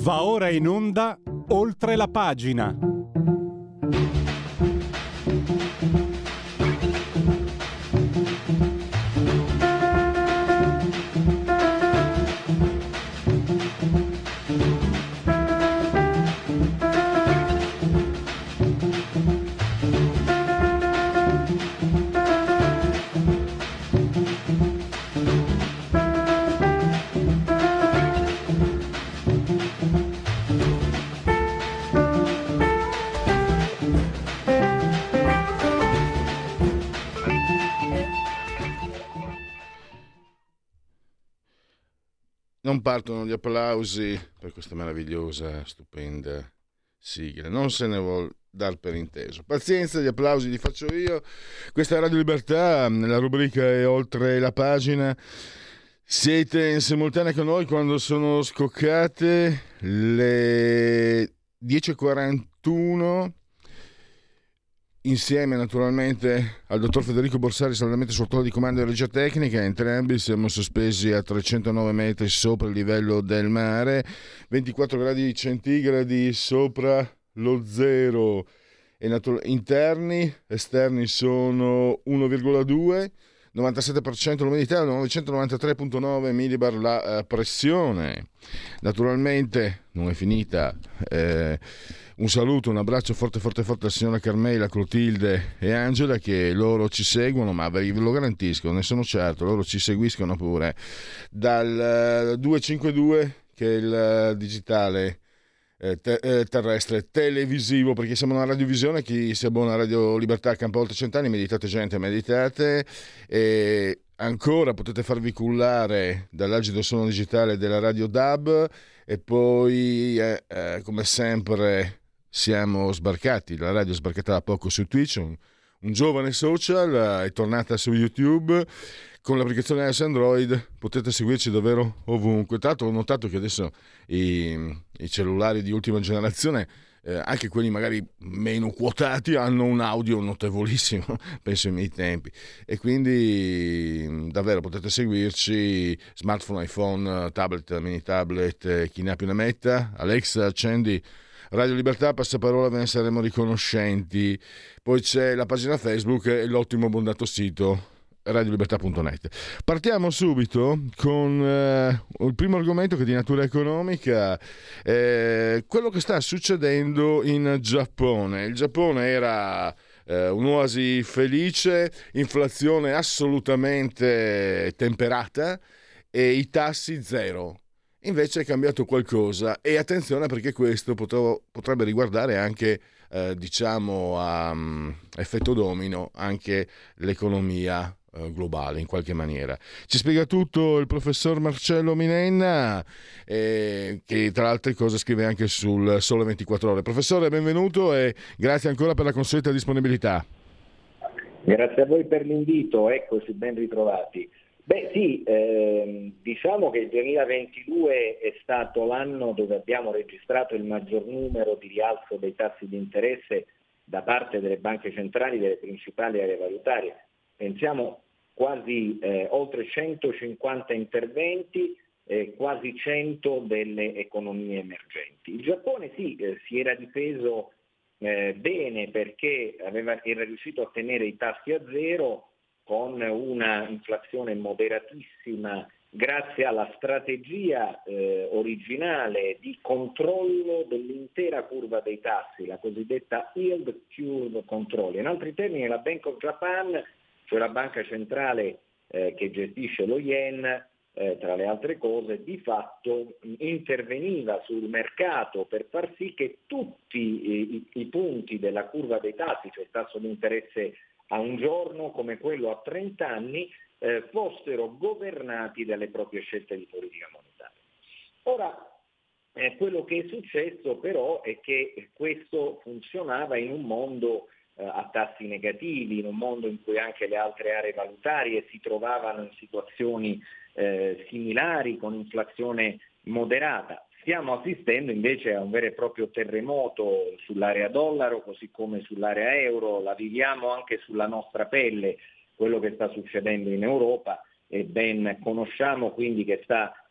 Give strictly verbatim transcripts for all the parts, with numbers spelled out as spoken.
Va ora in onda Oltre la pagina. Non partono gli applausi per questa meravigliosa, stupenda sigla, non se ne vuol dar per inteso. Pazienza, gli applausi li faccio io. Questa è Radio Libertà, la rubrica è Oltre la pagina. Siete in simultanea con noi quando sono scoccate le dieci e quarantuno. Insieme naturalmente al dottor Federico Borsari, saldamente sul tavolo di comando e regia tecnica. Entrambi siamo sospesi a trecentonove metri sopra il livello del mare, ventiquattro gradi centigradi sopra lo zero, e natu- interni, esterni sono uno virgola due, novantasette per cento l'umidità, novecentonovantatré virgola nove millibar la eh, pressione. Naturalmente non è finita. Eh, un saluto, un abbraccio forte forte forte alla signora Carmela, Clotilde e Angela, che loro ci seguono, ma ve lo garantisco, ne sono certo, loro ci seguiscono pure dal uh, duecentocinquantadue, che è il uh, digitale eh, te- eh, terrestre televisivo, perché siamo una radiovisione. Chi si abbona a Radio Libertà campa oltre cent'anni. Meditate gente, meditate. E ancora potete farvi cullare dall'agido suono digitale della Radio D A B. E poi eh, eh, come sempre siamo sbarcati, la radio è sbarcata da poco su Twitch, un, un giovane social, è tornata su YouTube con l'applicazione iOS Android, potete seguirci davvero ovunque. Tra l'altro ho notato che adesso i, i cellulari di ultima generazione, eh, anche quelli magari meno quotati, hanno un audio notevolissimo, penso ai miei tempi, e quindi davvero potete seguirci, smartphone, iPhone, tablet, mini tablet, chi ne ha più ne metta. Alexa, accendi Radio Libertà, passaparola, ve ne saremo riconoscenti. Poi c'è la pagina Facebook e l'ottimo bondato sito radio libertà punto net. Partiamo subito con eh, il primo argomento, che è di natura economica, eh, quello che sta succedendo in Giappone. Il Giappone era eh, un'oasi felice, inflazione assolutamente temperata e i tassi zero. Invece è cambiato qualcosa, e attenzione, perché questo potrò, potrebbe riguardare anche eh, diciamo a um, effetto domino anche l'economia eh, globale in qualche maniera. Ci spiega tutto il professor Marcello Minenna, eh, che tra altre cose scrive anche sul Sole ventiquattro Ore. Professore, benvenuto e grazie ancora per la consueta disponibilità. Grazie a voi per l'invito, eccoci, ben ritrovati. Beh sì, ehm, diciamo che il duemilaventidue è stato l'anno dove abbiamo registrato il maggior numero di rialzo dei tassi di interesse da parte delle banche centrali delle principali aree valutarie. Pensiamo quasi eh, oltre centocinquanta interventi, eh, quasi cento delle economie emergenti. Il Giappone sì, eh, si era difeso eh, bene, perché aveva, era riuscito a tenere i tassi a zero con una inflazione moderatissima grazie alla strategia eh, originale di controllo dell'intera curva dei tassi, la cosiddetta yield curve control. In altri termini, la Bank of Japan, cioè la banca centrale eh, che gestisce lo yen, eh, tra le altre cose, di fatto interveniva sul mercato per far sì che tutti i, i punti della curva dei tassi, cioè il tasso di interesse a un giorno come quello a trenta anni, eh, fossero governati dalle proprie scelte di politica monetaria. Ora, eh, quello che è successo però è che questo funzionava in un mondo eh, a tassi negativi, in un mondo in cui anche le altre aree valutarie si trovavano in situazioni eh, similari, con inflazione moderata. Stiamo assistendo invece a un vero e proprio terremoto sull'area dollaro, così come sull'area euro. La viviamo anche sulla nostra pelle, quello che sta succedendo in Europa, e ben conosciamo quindi che sta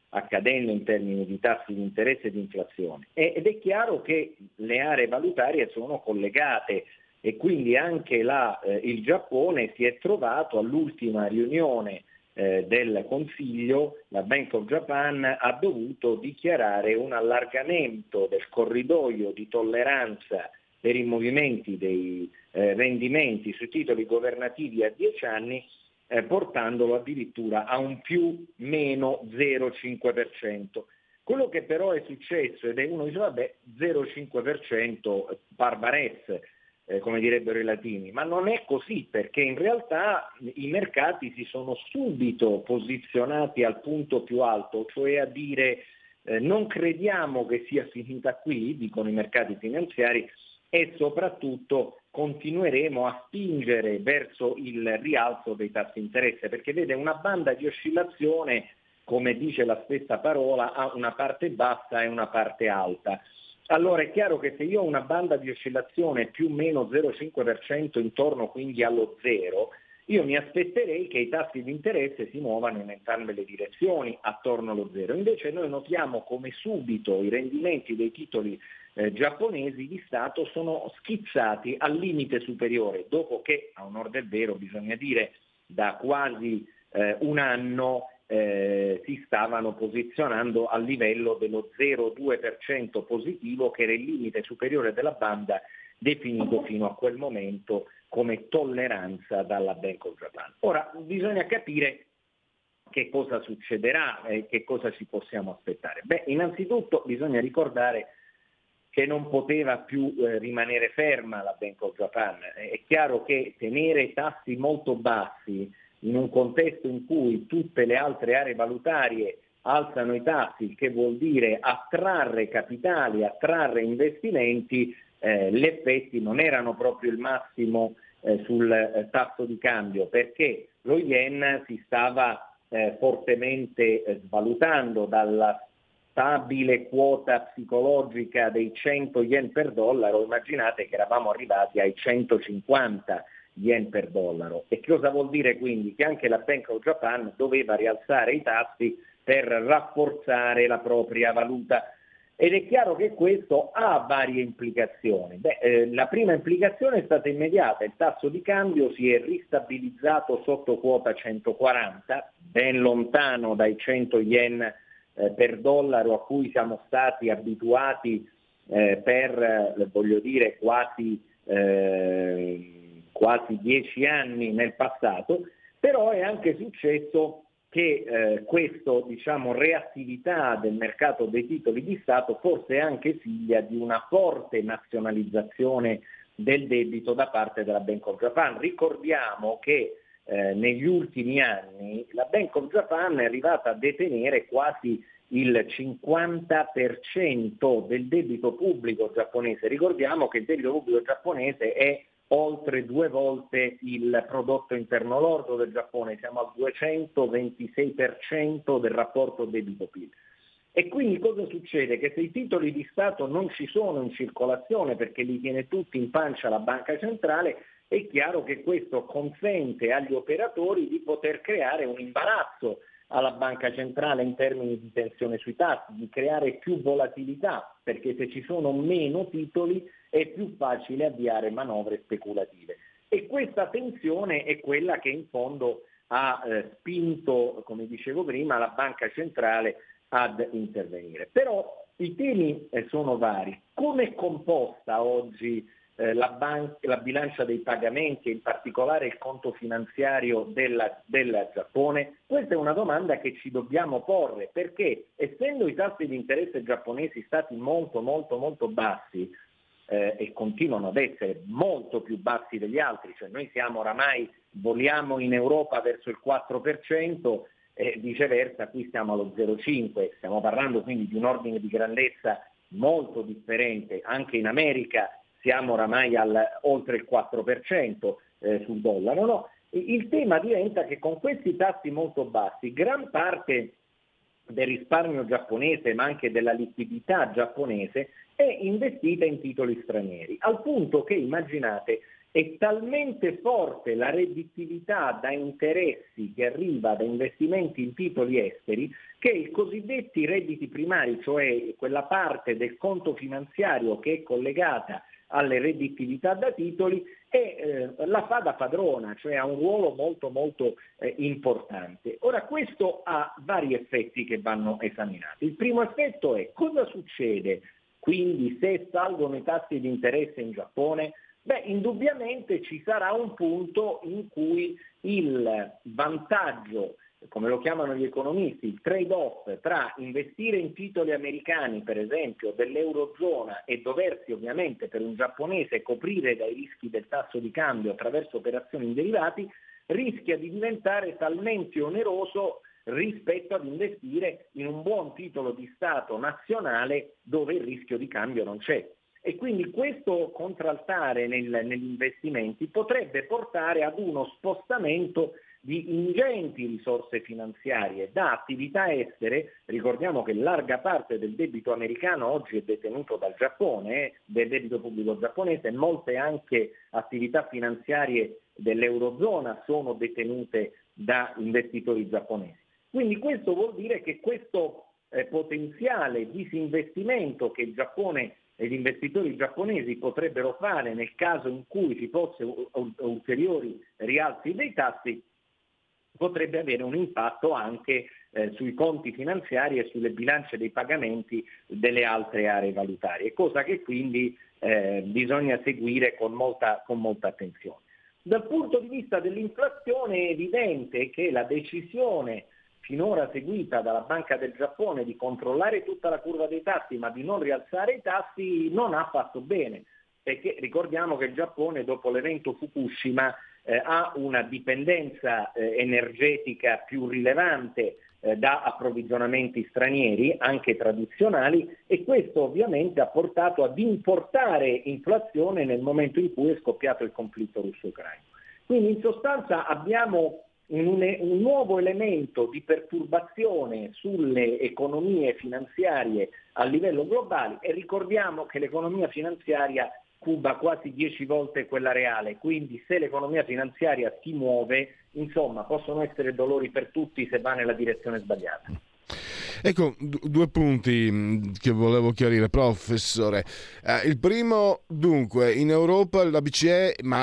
accadendo in termini di tassi di interesse e di inflazione. Ed è chiaro che le aree valutarie sono collegate e quindi anche la, eh, il Giappone si è trovato all'ultima riunione eh, del Consiglio, la Bank of Japan ha dovuto dichiarare un allargamento del corridoio di tolleranza per i movimenti dei eh, rendimenti sui titoli governativi a dieci anni, eh, portandolo addirittura a un più meno zero virgola cinque per cento. Quello che però è successo, ed è uno dice vabbè zero virgola cinque per cento barbarezze, eh, come direbbero i latini, ma non è così, perché in realtà i mercati si sono subito posizionati al punto più alto, cioè a dire eh, non crediamo che sia finita qui, dicono i mercati finanziari, e soprattutto continueremo a spingere verso il rialzo dei tassi di interesse, perché vede una banda di oscillazione, come dice la stessa parola, ha una parte bassa e una parte alta. Allora è chiaro che se io ho una banda di oscillazione più o meno zero virgola cinque per cento intorno quindi allo zero, io mi aspetterei che i tassi di interesse si muovano in entrambe le direzioni attorno allo zero. Invece noi notiamo come subito i rendimenti dei titoli eh, giapponesi di Stato sono schizzati al limite superiore, dopo che, a onor del vero, bisogna dire, da quasi eh, un anno eh, si stavano posizionando a livello dello zero virgola due per cento positivo, che era il limite superiore della banda definito fino a quel momento come tolleranza dalla Bank of Japan. Ora bisogna capire che cosa succederà e che cosa ci possiamo aspettare. Beh, innanzitutto bisogna ricordare che non poteva più eh, rimanere ferma la Bank of Japan. È chiaro che tenere tassi molto bassi in un contesto in cui tutte le altre aree valutarie alzano i tassi, il che vuol dire attrarre capitali, attrarre investimenti, eh, gli effetti non erano proprio il massimo eh, sul eh, tasso di cambio, perché lo yen si stava eh, fortemente eh, svalutando dalla stabile quota psicologica dei cento yen per dollaro. Immaginate che eravamo arrivati ai centocinquanta yen per dollaro. E cosa vuol dire quindi? Che anche la Bank of Japan doveva rialzare i tassi per rafforzare la propria valuta. Ed è chiaro che questo ha varie implicazioni. Beh, eh, la prima implicazione è stata immediata: il tasso di cambio si è ristabilizzato sotto quota centoquaranta, ben lontano dai cento yen eh, per dollaro a cui siamo stati abituati eh, per, eh, voglio dire, quasi, eh, quasi dieci anni nel passato. Però è anche successo che eh, questo, diciamo, reattività del mercato dei titoli di Stato forse è anche figlia di una forte nazionalizzazione del debito da parte della Bank of Japan. Ricordiamo che eh, negli ultimi anni la Bank of Japan è arrivata a detenere quasi il cinquanta per cento del debito pubblico giapponese. Ricordiamo che il debito pubblico giapponese è oltre due volte il prodotto interno lordo del Giappone, siamo al duecentoventisei per cento del rapporto debito P I L. E quindi cosa succede? Che se i titoli di Stato non ci sono in circolazione perché li tiene tutti in pancia la banca centrale, è chiaro che questo consente agli operatori di poter creare un imbarazzo alla banca centrale in termini di tensione sui tassi, di creare più volatilità, perché se ci sono meno titoli è più facile avviare manovre speculative. E questa tensione è quella che in fondo ha eh, spinto, come dicevo prima, la banca centrale ad intervenire. Però i temi eh, sono vari. Come è composta oggi eh, la, ban- la bilancia dei pagamenti e in particolare il conto finanziario della, del Giappone? Questa è una domanda che ci dobbiamo porre, perché essendo i tassi di interesse giapponesi stati molto molto molto bassi, Eh, e continuano ad essere molto più bassi degli altri, cioè noi siamo oramai, voliamo in Europa verso il quattro per cento e viceversa qui stiamo allo zero virgola cinque per cento, stiamo parlando quindi di un ordine di grandezza molto differente. Anche in America siamo oramai al, oltre il quattro per cento eh, sul dollaro, no? Il tema diventa che con questi tassi molto bassi gran parte del risparmio giapponese, ma anche della liquidità giapponese, è investita in titoli stranieri, al punto che, immaginate, È talmente forte la redditività da interessi che arriva da investimenti in titoli esteri che i cosiddetti redditi primari, cioè quella parte del conto finanziario che è collegata alle redditività da titoli, e eh, la fa da padrona, cioè ha un ruolo molto molto eh, importante. Ora, questo ha vari effetti che vanno esaminati. Il primo effetto è: cosa succede quindi se salgono i tassi di interesse in Giappone? Beh, indubbiamente ci sarà un punto in cui il vantaggio, come lo chiamano gli economisti, il trade-off tra investire in titoli americani, per esempio, dell'Eurozona, e doversi ovviamente per un giapponese coprire dai rischi del tasso di cambio attraverso operazioni in derivati, rischia di diventare talmente oneroso rispetto ad investire in un buon titolo di Stato nazionale dove il rischio di cambio non c'è. E quindi questo contraltare nel, negli investimenti potrebbe portare ad uno spostamento di ingenti risorse finanziarie da attività estere. Ricordiamo che larga parte del debito americano oggi è detenuto dal Giappone, eh, del debito pubblico giapponese, e molte anche attività finanziarie dell'Eurozona sono detenute da investitori giapponesi. Quindi questo vuol dire che questo eh, potenziale disinvestimento che il Giappone e gli investitori giapponesi potrebbero fare nel caso in cui ci fossero ulteriori rialzi dei tassi potrebbe avere un impatto anche eh, sui conti finanziari e sulle bilance dei pagamenti delle altre aree valutarie, cosa che quindi eh, bisogna seguire con molta, con molta attenzione. Dal punto di vista dell'inflazione è evidente che la decisione finora seguita dalla Banca del Giappone di controllare tutta la curva dei tassi ma di non rialzare i tassi non ha fatto bene, perché ricordiamo che il Giappone dopo l'evento Fukushima eh, ha una dipendenza eh, energetica più rilevante eh, da approvvigionamenti stranieri, anche tradizionali, e questo ovviamente ha portato ad importare inflazione nel momento in cui è scoppiato il conflitto russo-ucraino. Quindi in sostanza abbiamo Un, un nuovo elemento di perturbazione sulle economie finanziarie a livello globale, e ricordiamo che l'economia finanziaria cuba quasi dieci volte quella reale, quindi se l'economia finanziaria si muove, insomma, possono essere dolori per tutti se va nella direzione sbagliata. Ecco, d- due punti che volevo chiarire, professore. Eh, il primo, dunque, in Europa la B C E, ma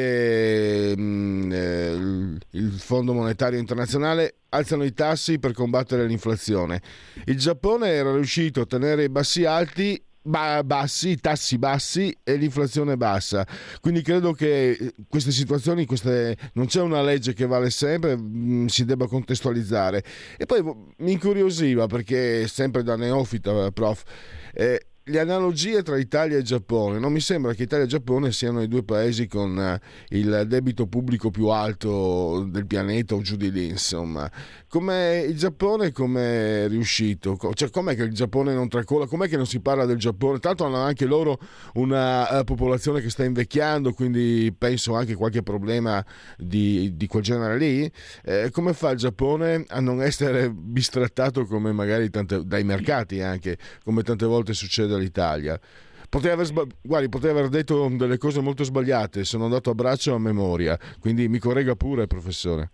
anche mh, eh, il Fondo Monetario Internazionale alzano i tassi per combattere l'inflazione. Il Giappone era riuscito a tenere i bassi alti bassi, i tassi bassi e l'inflazione bassa, quindi credo che queste situazioni, queste, non c'è una legge che vale sempre, mh, si debba contestualizzare. E poi mi incuriosiva, perché sempre da neofita, prof, eh, le analogie tra Italia e Giappone. Non mi sembra che Italia e Giappone siano i due paesi con uh, il debito pubblico più alto del pianeta o giù di lì, insomma. Com'è il Giappone, com'è riuscito? Cioè, com'è che il Giappone non tracolla? Com'è che non si parla del Giappone? Tanto hanno anche loro una uh, popolazione che sta invecchiando, quindi penso anche qualche problema di, di quel genere lì. Eh, come fa il Giappone a non essere bistrattato come magari tante, dai mercati, anche come tante volte succede all'Italia? Poteva aver, sbag... Guardi, poteva aver detto delle cose molto sbagliate, sono andato a braccio a memoria, quindi mi corregga pure, professore.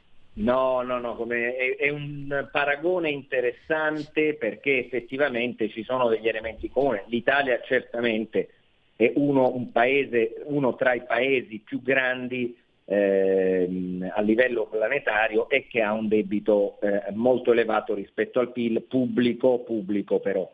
No, no, no, come è, è un paragone interessante, perché effettivamente ci sono degli elementi comuni. L'Italia certamente è uno, un paese, uno tra i paesi più grandi eh, a livello planetario, e che ha un debito eh, molto elevato rispetto al P I L, pubblico, pubblico però.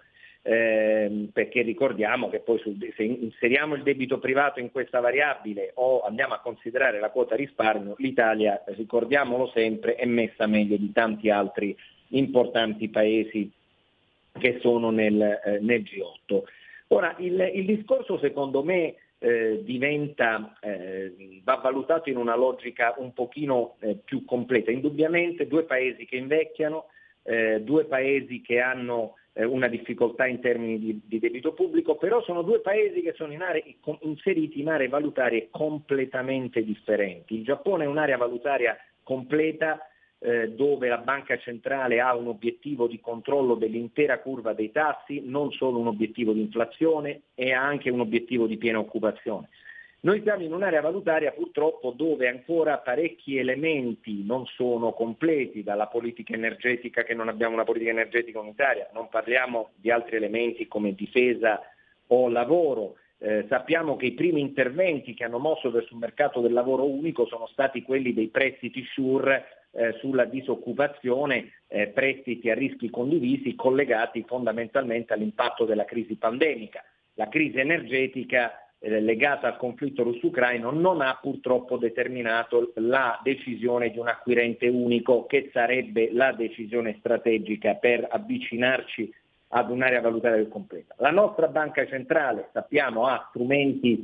Eh, perché ricordiamo che poi sul, se inseriamo il debito privato in questa variabile o andiamo a considerare la quota risparmio, l'Italia, ricordiamolo sempre, è messa meglio di tanti altri importanti paesi che sono nel, eh, nel G otto. Ora, il, il discorso secondo me eh, diventa, eh, va valutato in una logica un pochino eh, più completa. Indubbiamente due paesi che invecchiano, eh, due paesi che hanno una difficoltà in termini di, di debito pubblico, però sono due paesi che sono in aree, inseriti in aree valutarie completamente differenti. Il Giappone è un'area valutaria completa eh, dove la banca centrale ha un obiettivo di controllo dell'intera curva dei tassi, non solo un obiettivo di inflazione, e ha anche un obiettivo di piena occupazione. Noi siamo in un'area valutaria purtroppo dove ancora parecchi elementi non sono completi, dalla politica energetica, che non abbiamo una politica energetica unitaria, non parliamo di altri elementi come difesa o lavoro. Eh, sappiamo che i primi interventi che hanno mosso verso un mercato del lavoro unico sono stati quelli dei prestiti SURE eh, sulla disoccupazione, eh, prestiti a rischi condivisi collegati fondamentalmente all'impatto della crisi pandemica. La crisi energetica legata al conflitto russo-ucraino non ha purtroppo determinato la decisione di un acquirente unico, che sarebbe la decisione strategica per avvicinarci ad un'area valutaria più completa. La nostra banca centrale, sappiamo, ha strumenti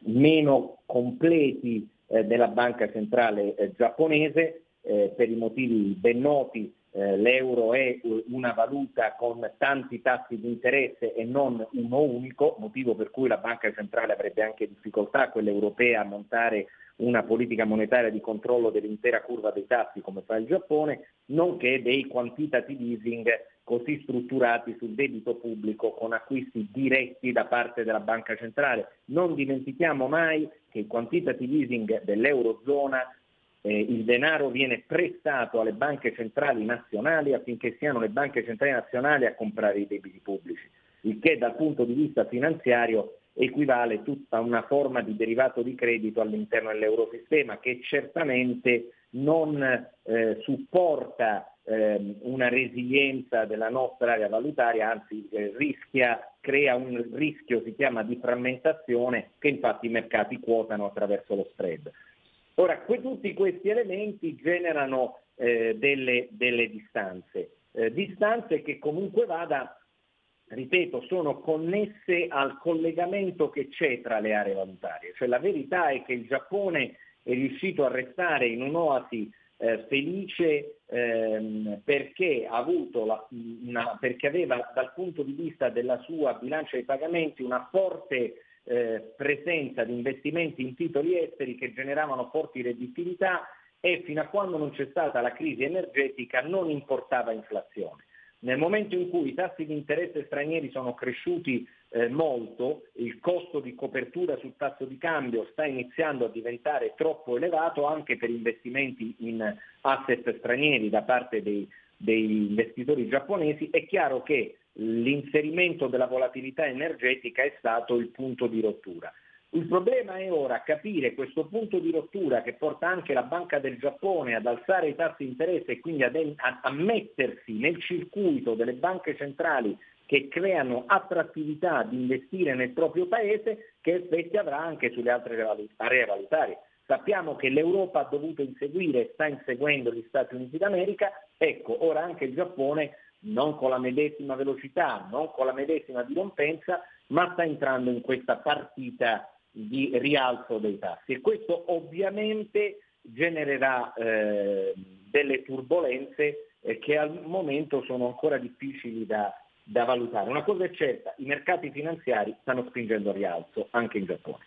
meno completi eh, della banca centrale eh, giapponese, eh, per i motivi ben noti. Eh, l'euro è una valuta con tanti tassi di interesse e non uno unico, motivo per cui la banca centrale avrebbe anche difficoltà, quella europea, a montare una politica monetaria di controllo dell'intera curva dei tassi come fa il Giappone, nonché dei quantitative easing così strutturati sul debito pubblico con acquisti diretti da parte della banca centrale. Non dimentichiamo mai che il quantitative easing dell'Eurozona, Eh, il denaro viene prestato alle banche centrali nazionali affinché siano le banche centrali nazionali a comprare i debiti pubblici, il che dal punto di vista finanziario equivale tutta una forma di derivato di credito all'interno dell'eurosistema, che certamente non eh, supporta eh, una resilienza della nostra area valutaria, anzi eh, rischia, crea un rischio, si chiama, di frammentazione, che infatti i mercati quotano attraverso lo spread. Ora, que- tutti questi elementi generano eh, delle, delle distanze, eh, distanze che comunque vada, ripeto, sono connesse al collegamento che c'è tra le aree valutarie. Cioè la verità è che il Giappone è riuscito a restare in un'oasi eh, felice ehm, perché ha avuto la, una, perché aveva dal punto di vista della sua bilancia dei pagamenti una forte Eh, presenza di investimenti in titoli esteri che generavano forti redditività, e fino a quando non c'è stata la crisi energetica non importava inflazione. Nel momento in cui i tassi di interesse stranieri sono cresciuti eh, molto, il costo di copertura sul tasso di cambio sta iniziando a diventare troppo elevato anche per investimenti in asset stranieri da parte dei, degli investitori giapponesi. È chiaro che l'inserimento della volatilità energetica è stato il punto di rottura. Il problema è ora capire questo punto di rottura, che porta anche la Banca del Giappone ad alzare i tassi di interesse e quindi ad, a, a mettersi nel circuito delle banche centrali che creano attrattività di investire nel proprio paese, che effetti avrà anche sulle altre aree valutarie. Sappiamo che l'Europa ha dovuto inseguire, sta inseguendo gli Stati Uniti d'America, ecco, ora anche il Giappone, non con la medesima velocità, non con la medesima dirompenza, ma sta entrando in questa partita di rialzo dei tassi, e questo ovviamente genererà eh, delle turbolenze eh, che al momento sono ancora difficili da, da valutare. Una cosa è certa: i mercati finanziari stanno spingendo al rialzo anche in Giappone.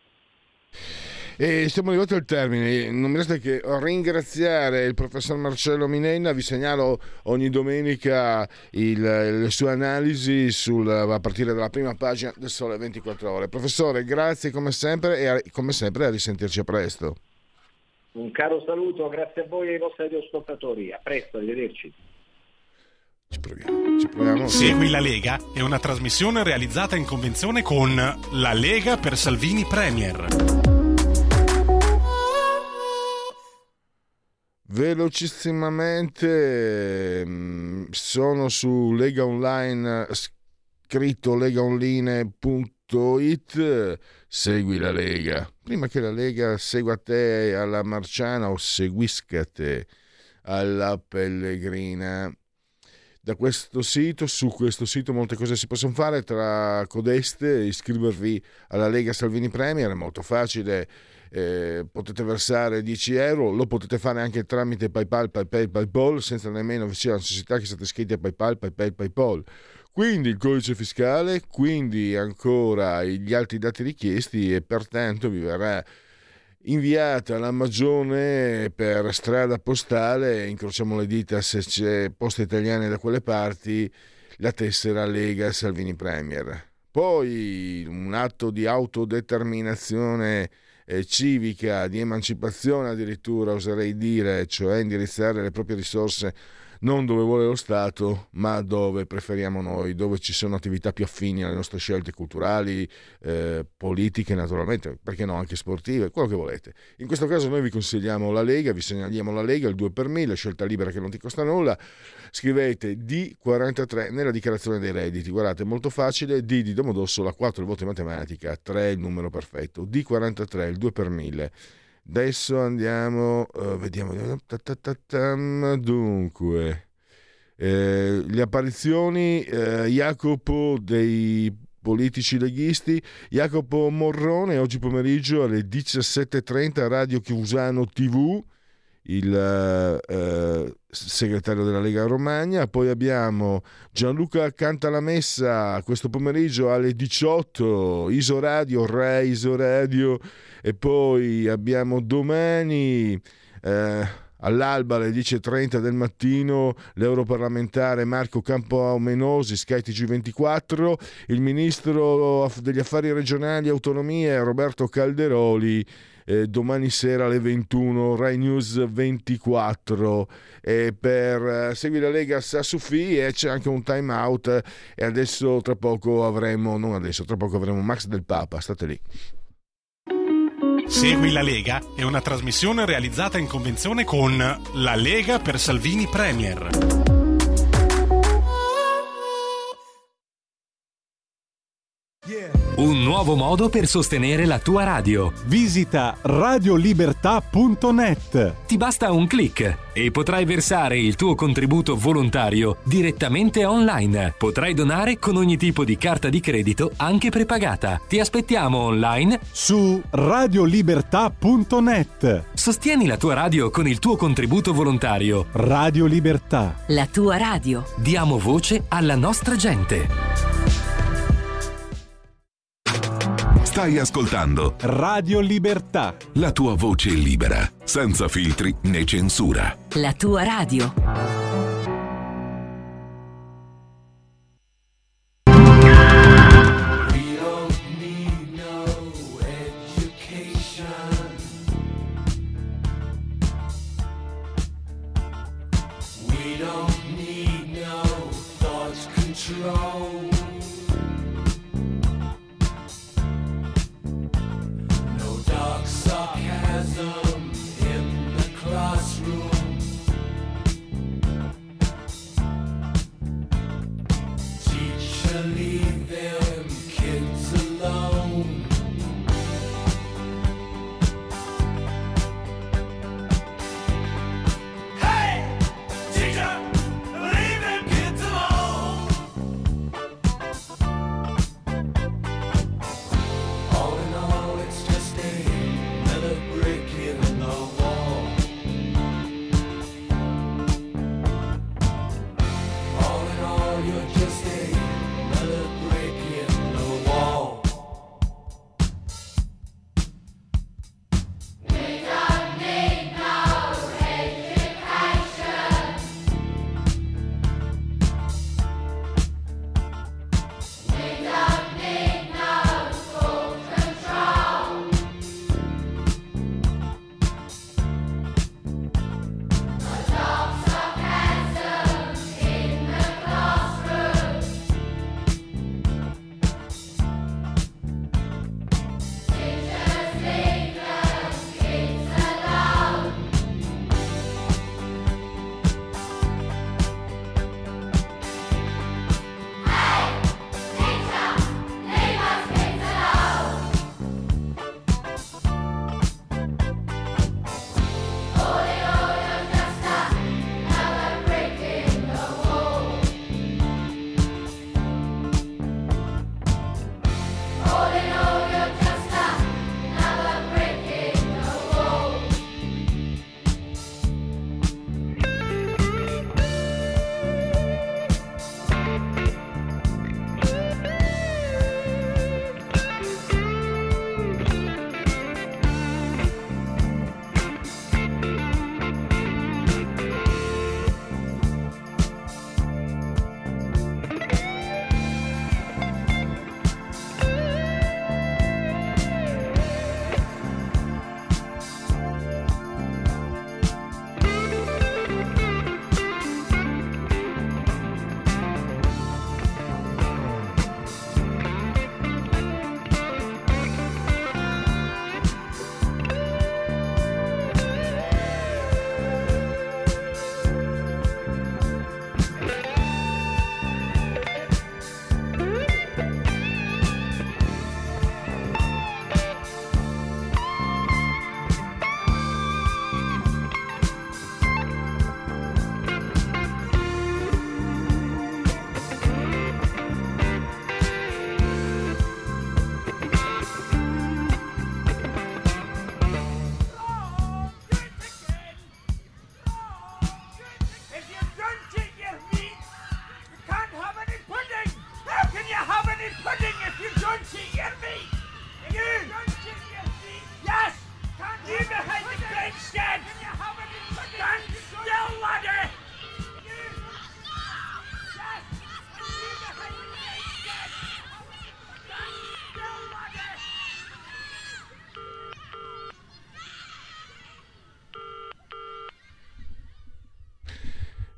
E siamo arrivati al termine, non mi resta che ringraziare il professor Marcello Minenna. Vi segnalo ogni domenica il, le sue analisi sul, a partire dalla prima pagina del Sole ventiquattro Ore. Professore, grazie come sempre, e a, come sempre a risentirci a presto. Un caro saluto, grazie a voi e ai vostri ascoltatori, a presto, arrivederci. Ci proviamo, ci proviamo. Segui la Lega è una trasmissione realizzata in convenzione con La Lega per Salvini Premier. Velocissimamente sono su Lega Online, scritto legaonline punto it. Segui la Lega prima che la Lega segua te alla Marciana o seguisca te alla Pellegrina. Da questo sito, su questo sito molte cose si possono fare, tra codeste iscrivervi alla Lega Salvini Premier, è molto facile. Eh, potete versare dieci euro, lo potete fare anche tramite PayPal, PayPal, PayPal, senza nemmeno vi sia la necessità che siate iscritti a PayPal, PayPal, PayPal. Quindi il codice fiscale, quindi ancora gli altri dati richiesti, e pertanto vi verrà inviata la magione per strada postale, incrociamo le dita se c'è Poste Italiane da quelle parti, la tessera Lega Salvini Premier. Poi un atto di autodeterminazione eh, civica, di emancipazione addirittura, oserei dire, cioè indirizzare le proprie risorse non dove vuole lo Stato, ma dove preferiamo noi, dove ci sono attività più affini alle nostre scelte culturali, eh, politiche naturalmente, perché no, anche sportive, quello che volete. In questo caso noi vi consigliamo la Lega, vi segnaliamo la Lega, il due per mille, scelta libera che non ti costa nulla. Scrivete D quarantatré nella dichiarazione dei redditi, guardate, è molto facile, D di Domodossola, quattro il voto in matematica, tre il numero perfetto, D quarantatré, il due per mille. Adesso andiamo, uh, vediamo, dunque, eh, le apparizioni, eh, Jacopo dei politici leghisti, Jacopo Morrone oggi pomeriggio alle diciassette e trenta Radio Chiusano tivù, il eh, segretario della Lega Romagna. Poi abbiamo Gianluca Cantalamessa questo pomeriggio alle diciotto, Isoradio, Re Isoradio. E poi abbiamo domani eh, all'alba alle dieci e trenta del mattino l'europarlamentare Marco Campoamenosi, Sky T G ventiquattro, il ministro degli affari regionali e autonomie Roberto Calderoli, eh, domani sera alle ventuno, Rai News ventiquattro. E per eh, Segui la Lega sa Sufì, e c'è anche un time out, e adesso tra poco avremo, non adesso, tra poco avremo Max del Papa, state lì. Segui la Lega è una trasmissione realizzata in convenzione con La Lega per Salvini Premier. Un nuovo modo per sostenere la tua radio. Visita radiolibertà punto net. Ti basta un click e potrai versare il tuo contributo volontario direttamente online. Potrai donare con ogni tipo di carta di credito, anche prepagata. Ti aspettiamo online su radiolibertà punto net. Sostieni la tua radio con il tuo contributo volontario. Radio Libertà. La tua radio. Diamo voce alla nostra gente. Stai ascoltando Radio Libertà. La tua voce libera, senza filtri né censura. La tua radio.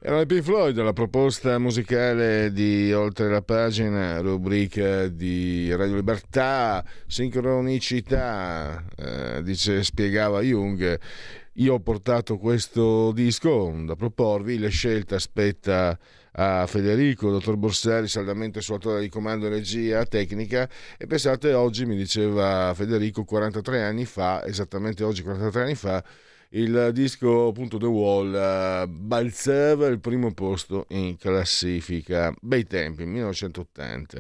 Erano i Pink Floyd, la proposta musicale di Oltre la pagina, rubrica di Radio Libertà, sincronicità, eh, dice, spiegava Jung. Io ho portato questo disco da proporvi, la scelta aspetta a Federico, dottor Borsari, saldamente sulla torre di comando e regia tecnica. E pensate, oggi, mi diceva Federico, quarantatré anni fa, esattamente oggi quarantatré anni fa, il disco, appunto, The Wall uh, balzava il primo posto in classifica. Bei tempi, millenovecentottanta,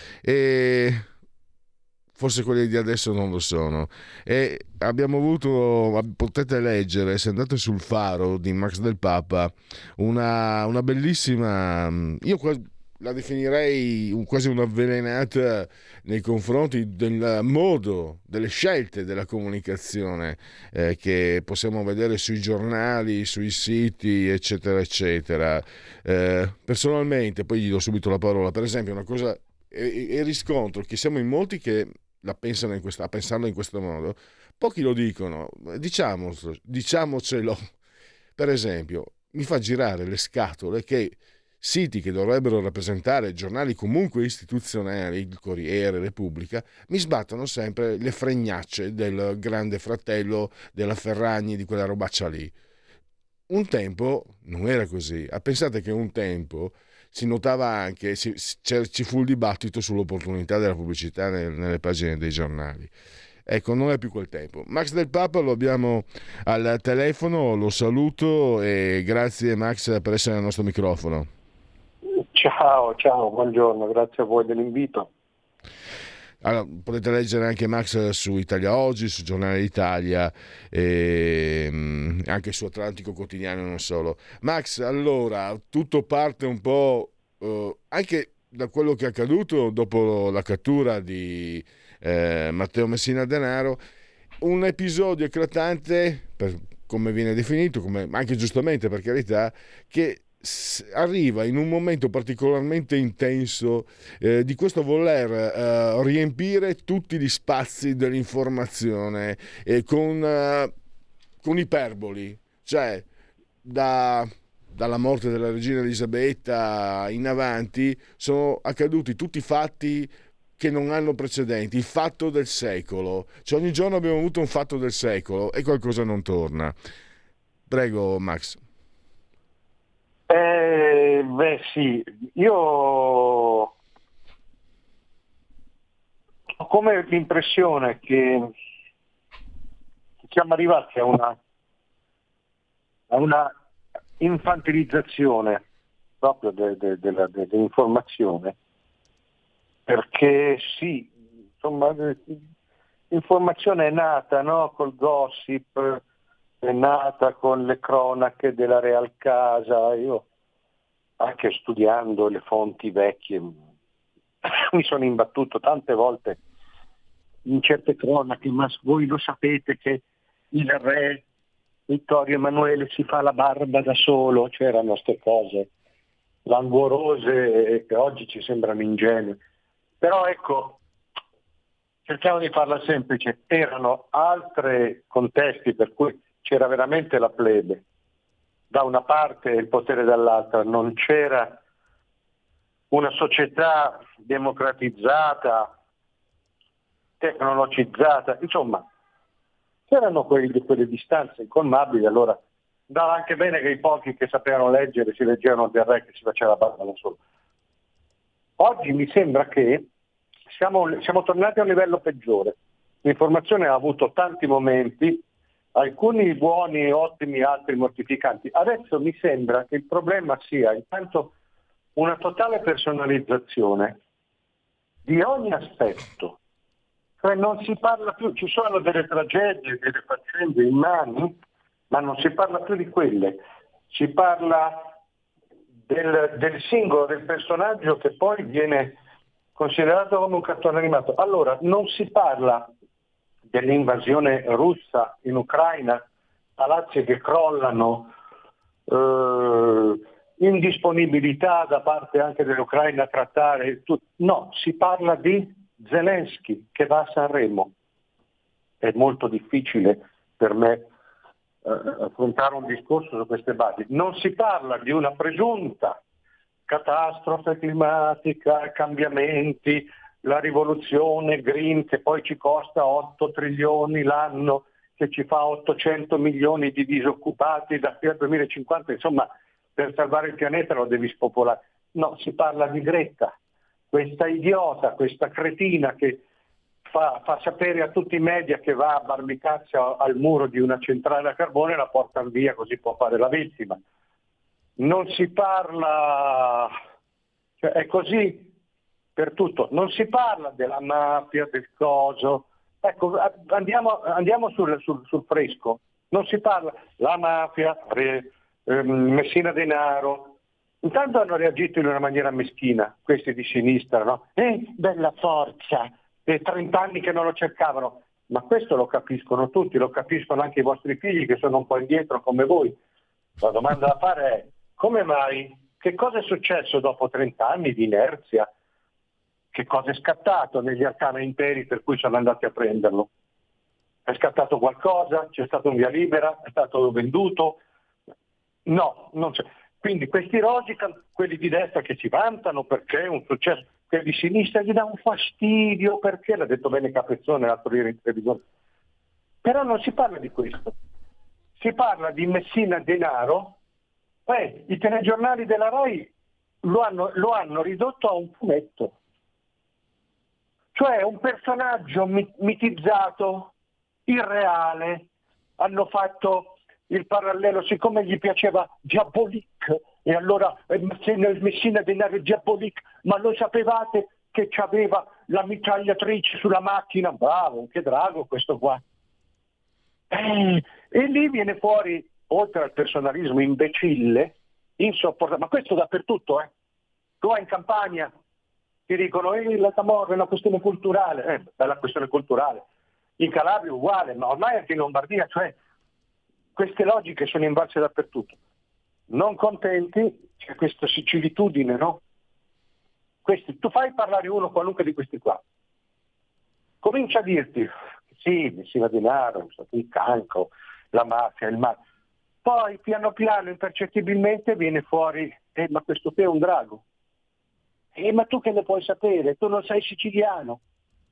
e forse quelli di adesso non lo sono. E abbiamo avuto, potete leggere, se andate sul Faro di Max Del Papa, una, una bellissima, io la definirei un, quasi un'avvelenata nei confronti del modo, delle scelte della comunicazione eh, che possiamo vedere sui giornali, sui siti, eccetera, eccetera. Eh, personalmente, poi gli do subito la parola, per esempio, una cosa, e, e riscontro che siamo in molti che la pensano in questa, pensando in questo modo, pochi lo dicono, diciamo, diciamocelo. Per esempio, mi fa girare le scatole che siti che dovrebbero rappresentare giornali comunque istituzionali, il Corriere, Repubblica, mi sbattono sempre le fregnacce del Grande Fratello, della Ferragni, di quella robaccia lì. Un tempo non era così. Pensate che un tempo si notava anche, ci, ci fu il dibattito sull'opportunità della pubblicità nel, nelle pagine dei giornali. Ecco, non è più quel tempo. Max Del Papa lo abbiamo al telefono, lo saluto e grazie Max per essere al nostro microfono. Ciao, ciao, buongiorno, grazie a voi dell'invito. Allora, potete leggere anche Max su Italia Oggi, su Giornale d'Italia e anche su Atlantico Quotidiano, non solo. Max, allora, tutto parte un po' eh, anche da quello che è accaduto dopo la cattura di eh, Matteo Messina Denaro, un episodio eclatante, per, come viene definito, come, anche giustamente per carità, che arriva in un momento particolarmente intenso eh, di questo voler eh, riempire tutti gli spazi dell'informazione eh, con, eh, con iperboli, cioè da, dalla morte della regina Elisabetta in avanti sono accaduti tutti i fatti che non hanno precedenti, il fatto del secolo, cioè ogni giorno abbiamo avuto un fatto del secolo e qualcosa non torna. Prego Max. Eh, beh sì, io ho come l'impressione che siamo arrivati a una, a una infantilizzazione proprio de, de, de, de, de, dell'informazione, perché sì, insomma, l'informazione è nata, no, col gossip, è nata con le cronache della Real Casa. Io, anche studiando le fonti vecchie, mi sono imbattuto tante volte in certe cronache, ma voi lo sapete che il re Vittorio Emanuele si fa la barba da solo, c'erano queste cose languorose che oggi ci sembrano ingenue. Però ecco, cerchiamo di farla semplice, erano altri contesti per cui c'era veramente la plebe da una parte e il potere dall'altra, non c'era una società democratizzata, tecnologizzata, insomma c'erano quei, quelle distanze incolmabili. Allora andava anche bene che i pochi che sapevano leggere si leggevano del re che si faceva la barba da solo. Oggi mi sembra che siamo, siamo tornati a un livello peggiore. L'informazione ha avuto tanti momenti, alcuni buoni, ottimi, altri mortificanti. Adesso mi sembra che il problema sia intanto una totale personalizzazione di ogni aspetto. Cioè non si parla più, ci sono delle tragedie, delle faccende immani, ma non si parla più di quelle. Si parla del, del singolo, del personaggio che poi viene considerato come un cartone animato. Allora non si parla dell'invasione russa in Ucraina, palazzi che crollano, eh, indisponibilità da parte anche dell'Ucraina a trattare tutto. No, si parla di Zelensky che va a Sanremo. È molto difficile per me eh, affrontare un discorso su queste basi. Non si parla di una presunta catastrofe climatica, cambiamenti, la rivoluzione green che poi ci costa otto trilioni l'anno, che ci fa ottocento milioni di disoccupati da qui al duemilacinquanta, insomma per salvare il pianeta lo devi spopolare. No, si parla di Greta, questa idiota, questa cretina che fa, fa sapere a tutti i media che va a barbicarsi al muro di una centrale a carbone e la portano via così può fare la vittima. Non si parla, cioè è così per tutto, non si parla della mafia, del coso. Ecco, andiamo, andiamo sul, sul, sul fresco, non si parla, la mafia, re, ehm, Messina Denaro, intanto hanno reagito in una maniera meschina, questi di sinistra, no? Eh, bella forza, e trenta anni che non lo cercavano, ma questo lo capiscono tutti, lo capiscono anche i vostri figli che sono un po' indietro come voi. La domanda da fare è, come mai? Che cosa è successo dopo trenta anni di inerzia? Che cosa è scattato negli arcana imperi per cui sono andati a prenderlo? È scattato qualcosa? C'è stato un via libera? È stato venduto? No, non c'è. Quindi questi rosicano, quelli di destra che ci vantano perché è un successo, quelli di sinistra gli dà un fastidio perché, l'ha detto bene Capezzone l'altro ieri in televisione. Però non si parla di questo. Si parla di Messina Denaro. Eh, i telegiornali della Rai lo hanno, lo hanno ridotto a un fumetto. Cioè un personaggio mitizzato, irreale, hanno fatto il parallelo, siccome gli piaceva Diabolique, e allora nel Messina Denaro Diabolique, ma lo sapevate che c'aveva la mitragliatrice sulla macchina? Bravo, che drago questo qua. Eh, e lì viene fuori, oltre al personalismo imbecille, insopportabile, ma questo dappertutto, eh. Tu vai in Campania, ti dicono eh, la camorra è una questione culturale, eh, è una questione culturale, in Calabria uguale, ma ormai anche in Lombardia, cioè queste logiche sono invalse dappertutto. Non contenti, c'è questa similitudine, no? Questi, tu fai parlare uno qualunque di questi qua, comincia a dirti sì, Messina Denaro, il cancro, la mafia, il male, poi piano piano impercettibilmente viene fuori eh, ma questo qui è un drago. Eh, ma tu che ne puoi sapere? Tu non sei siciliano.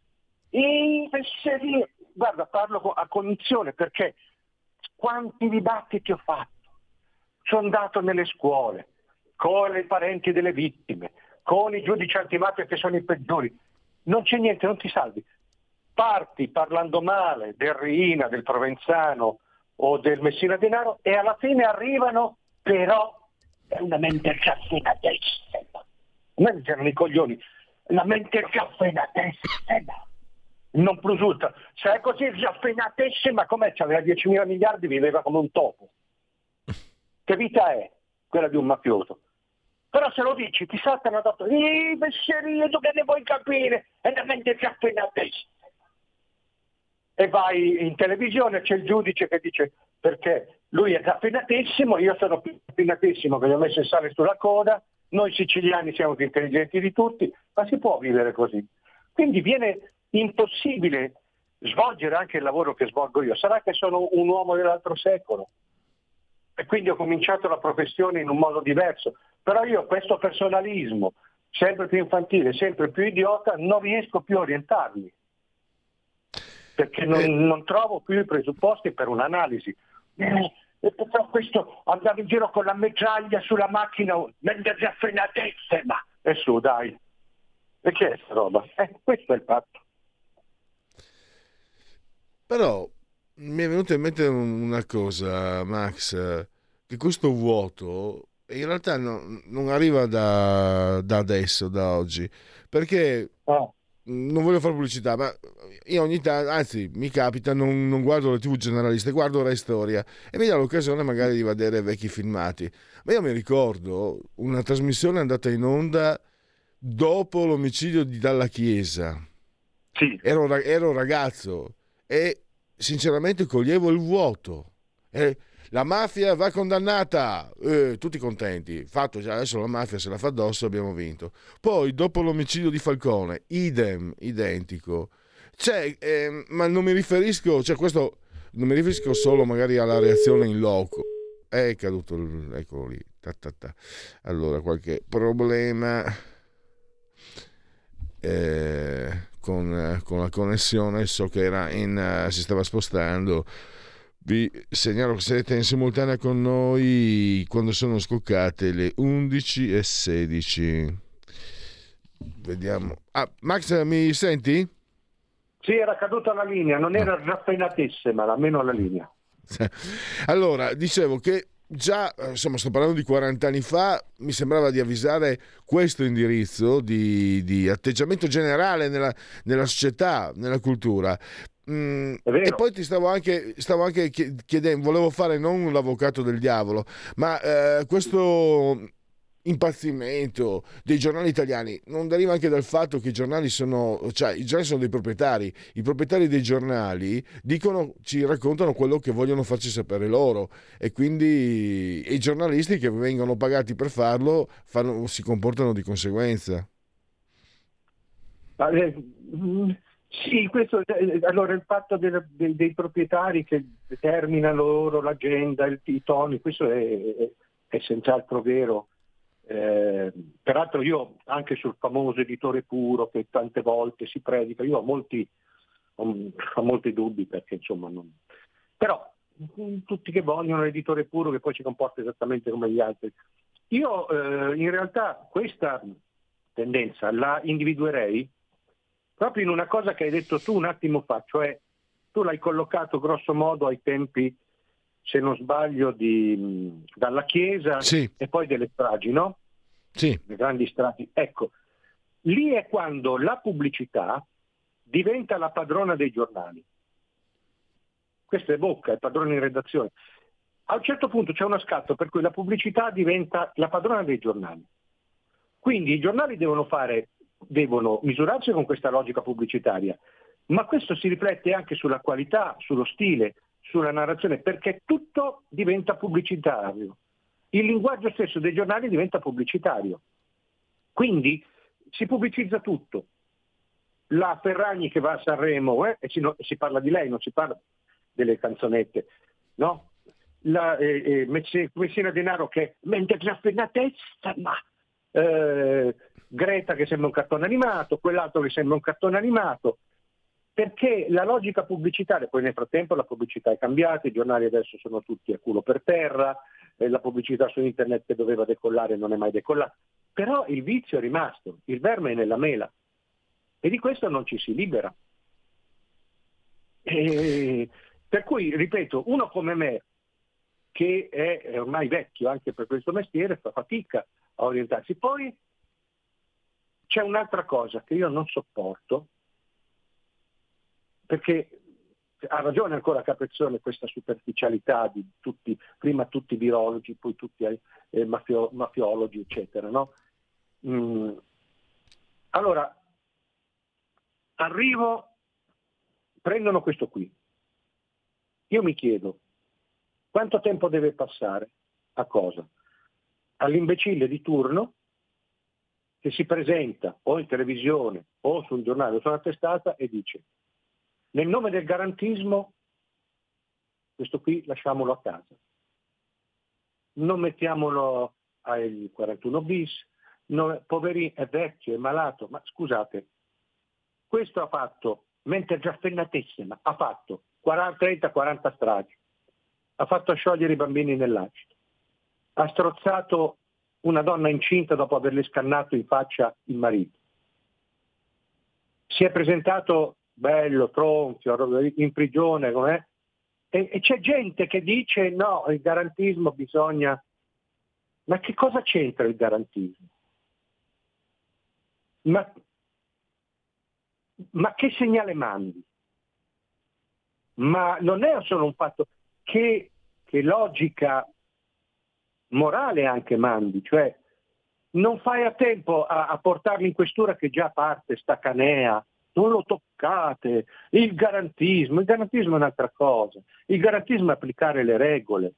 E fesserie. Guarda, parlo a cognizione perché quanti dibattiti ho fatto. Sono andato nelle scuole, con i parenti delle vittime, con i giudici antimafia che sono i peggiori. Non c'è niente, non ti salvi. Parti parlando male del Riina, del Provenzano o del Messina Denaro e alla fine arrivano, però è una mente raffinatissima. A me c'erano i coglioni, la mente raffinatissima, non plus ultra. Se è così raffinatissima, com'è? C'aveva diecimila miliardi, viveva come un topo. Che vita è quella di un mafioso? Però se lo dici, ti saltano addosso, ehi, besserie, tu che ne vuoi capire? È una mente raffinatissima. E vai in televisione, c'è il giudice che dice perché lui è raffinatissimo, io sono più raffinatissimo che gli ho messo il sale sulla coda, noi siciliani siamo più intelligenti di tutti, ma si può vivere così. Quindi viene impossibile svolgere anche il lavoro che svolgo io. Sarà che sono un uomo dell'altro secolo e quindi ho cominciato la professione in un modo diverso, però io questo personalismo sempre più infantile, sempre più idiota, non riesco più a orientarmi perché non, non trovo più i presupposti per un'analisi. Eh, però questo andare in giro con la metraglia sulla macchina, mente raffinatissima, e su dai, e che è sta roba? Eh, questo è il fatto. Però mi è venuta in mente una cosa, Max, che questo vuoto in realtà no, non arriva da, da adesso, da oggi, perché oh. non voglio fare pubblicità, ma io ogni tanto, anzi mi capita, non, non guardo le tivù generaliste, guardo Rai Storia e mi dà l'occasione magari di vedere vecchi filmati. Ma io mi ricordo una trasmissione andata in onda dopo l'omicidio di Dalla Chiesa. Sì. Ero, ero ragazzo e sinceramente coglievo il vuoto. E la mafia va condannata, eh, tutti contenti, fatto già, adesso la mafia se la fa addosso, abbiamo vinto. Poi dopo l'omicidio di Falcone, idem, identico. Cioè, eh, ma non mi riferisco, cioè questo non mi riferisco solo magari alla reazione in loco. È caduto, il, eccolo lì. Ta ta ta. Allora, qualche problema eh, con, con la connessione, so che era in, uh, si stava spostando. Vi segnalo che siete in simultanea con noi quando sono scoccate le undici e sedici. Vediamo. Ah, Max, mi senti? Sì, era caduta la linea, non era raffinatissima, ma almeno la linea. Allora, dicevo che già, insomma, sto parlando di quaranta anni fa, mi sembrava di avvisare questo indirizzo di, di atteggiamento generale nella, nella società, nella cultura. Mm, e poi ti stavo anche, stavo anche chiedendo, volevo fare non l'avvocato del diavolo, ma eh, questo impazzimento dei giornali italiani non deriva anche dal fatto che i giornali sono, cioè i giornali sono dei proprietari, i proprietari dei giornali dicono, ci raccontano quello che vogliono farci sapere loro, e quindi i giornalisti che vengono pagati per farlo fanno, si comportano di conseguenza. Ma, eh, sì, questo, eh, allora il fatto dei, dei, dei proprietari che determinano loro l'agenda, il, i toni, questo è, è, è senz'altro vero. Eh, peraltro io anche sul famoso editore puro che tante volte si predica, io ho molti, ho, ho molti dubbi, perché insomma non... però tutti che vogliono l'editore puro che poi si comporta esattamente come gli altri. Io eh, in realtà questa tendenza la individuerei proprio in una cosa che hai detto tu un attimo fa, cioè tu l'hai collocato grosso modo ai tempi, se non sbaglio, di, dalla Chiesa, sì, e poi delle stragi, no? Sì. Le grandi stragi. Ecco, lì è quando la pubblicità diventa la padrona dei giornali. Questo è Bocca, il padrone in redazione. A un certo punto c'è uno scatto per cui la pubblicità diventa la padrona dei giornali. Quindi i giornali devono fare, devono misurarsi con questa logica pubblicitaria, ma questo si riflette anche sulla qualità, sullo stile, sulla narrazione, perché tutto diventa pubblicitario. Il linguaggio stesso dei giornali diventa pubblicitario. Quindi si pubblicizza tutto. La Ferragni che va a Sanremo, eh, e si, no, si parla di lei, non si parla delle canzonette, no? La eh, eh, Messina Denaro che mentre raffinatezza, ma eh, Greta che sembra un cartone animato, quell'altro che sembra un cartone animato. Perché la logica pubblicitaria, poi nel frattempo la pubblicità è cambiata, i giornali adesso sono tutti a culo per terra, eh, la pubblicità su internet che doveva decollare non è mai decollata, però il vizio è rimasto, il verme è nella mela e di questo non ci si libera. E, per cui, ripeto, uno come me, che è ormai vecchio anche per questo mestiere, fa fatica a orientarsi. Poi c'è un'altra cosa che io non sopporto, perché ha ragione ancora Capezzone, questa superficialità di tutti, prima tutti virologi, poi tutti eh, mafio, mafiologi, eccetera, no? Mm. Allora, arrivo, prendono questo qui. Io mi chiedo, quanto tempo deve passare? A cosa? All'imbecille di turno che si presenta o in televisione o sul giornale o su una testata e dice: nel nome del garantismo, questo qui lasciamolo a casa. Non mettiamolo ai quarantuno bis, no, poverino, è vecchio, è malato, ma scusate, questo ha fatto, mentre già spennatissima, ha fatto trenta quaranta stragi, ha fatto sciogliere i bambini nell'acido, ha strozzato una donna incinta dopo averle scannato in faccia il marito, si è presentato bello, tronfio, in prigione, com'è? E, e c'è gente che dice no, il garantismo bisogna... Ma che cosa c'entra il garantismo? Ma, ma che segnale mandi? Ma non è solo un fatto che, che logica morale anche mandi, cioè non fai a tempo a, a portarli in questura che già parte sta canea, non lo toccate, il garantismo, il garantismo è un'altra cosa, il garantismo è applicare le regole.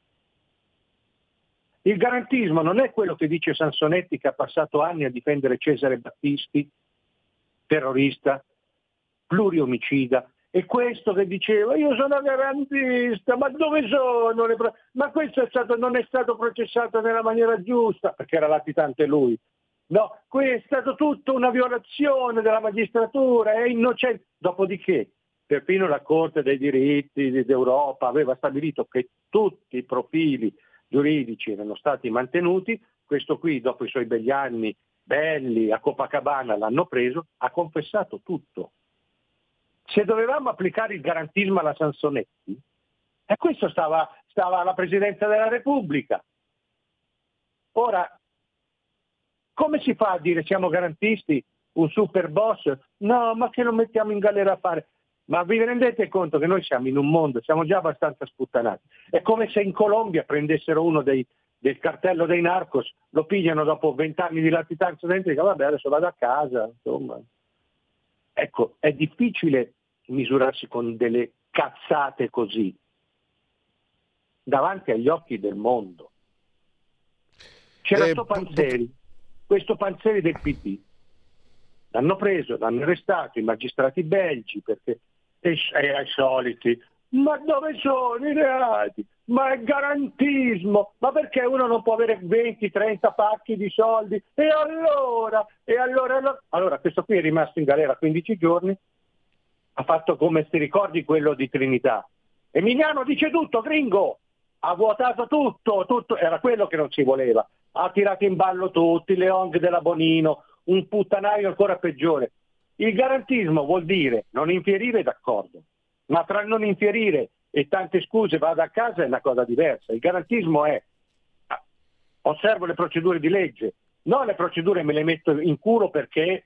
Il garantismo non è quello che dice Sansonetti, che ha passato anni a difendere Cesare Battisti, terrorista, pluriomicida, E questo che diceva, io sono garantista, ma dove sono le pro-? Ma questo è stato, non è stato processato nella maniera giusta, perché era latitante lui. No, questo è stato tutto una violazione della magistratura, è innocente. Dopodiché, perfino la Corte dei diritti d'Europa aveva stabilito che tutti i profili giuridici erano stati mantenuti. Questo qui, dopo i suoi begli anni belli a Copacabana, l'hanno preso, ha confessato tutto. Se dovevamo applicare il garantismo alla Sansonetti, e questo stava, stava alla Presidenza della Repubblica. Ora, come si fa a dire siamo garantisti, un super boss? No, ma che lo mettiamo in galera a fare? Ma vi rendete conto che noi siamo in un mondo, siamo già abbastanza sputtanati. È come se in Colombia prendessero uno dei, del cartello dei narcos, lo pigliano dopo vent'anni di latitanza dentro e dicono vabbè adesso vado a casa, insomma. Ecco, è difficile misurarsi con delle cazzate così davanti agli occhi del mondo. C'era eh, sto Panzeri, questo Panzeri del P D, l'hanno preso, l'hanno arrestato i magistrati belgi perché e, e ai soliti, ma dove sono i reati? Ma è garantismo, ma perché uno non può avere venti trenta pacchi di soldi? E allora, e allora, allora, allora questo qui è rimasto in galera quindici giorni, ha fatto come ti ricordi quello di Trinità. Emiliano dice tutto, gringo, ha vuotato tutto, tutto, era quello che non si voleva, ha tirato in ballo tutti, le O N G della Bonino, un puttanaio ancora peggiore. Il garantismo vuol dire non infierire, d'accordo, ma tra non infierire e tante scuse vado a casa è una cosa diversa. Il garantismo è osservo le procedure di legge, non le procedure me le metto in culo perché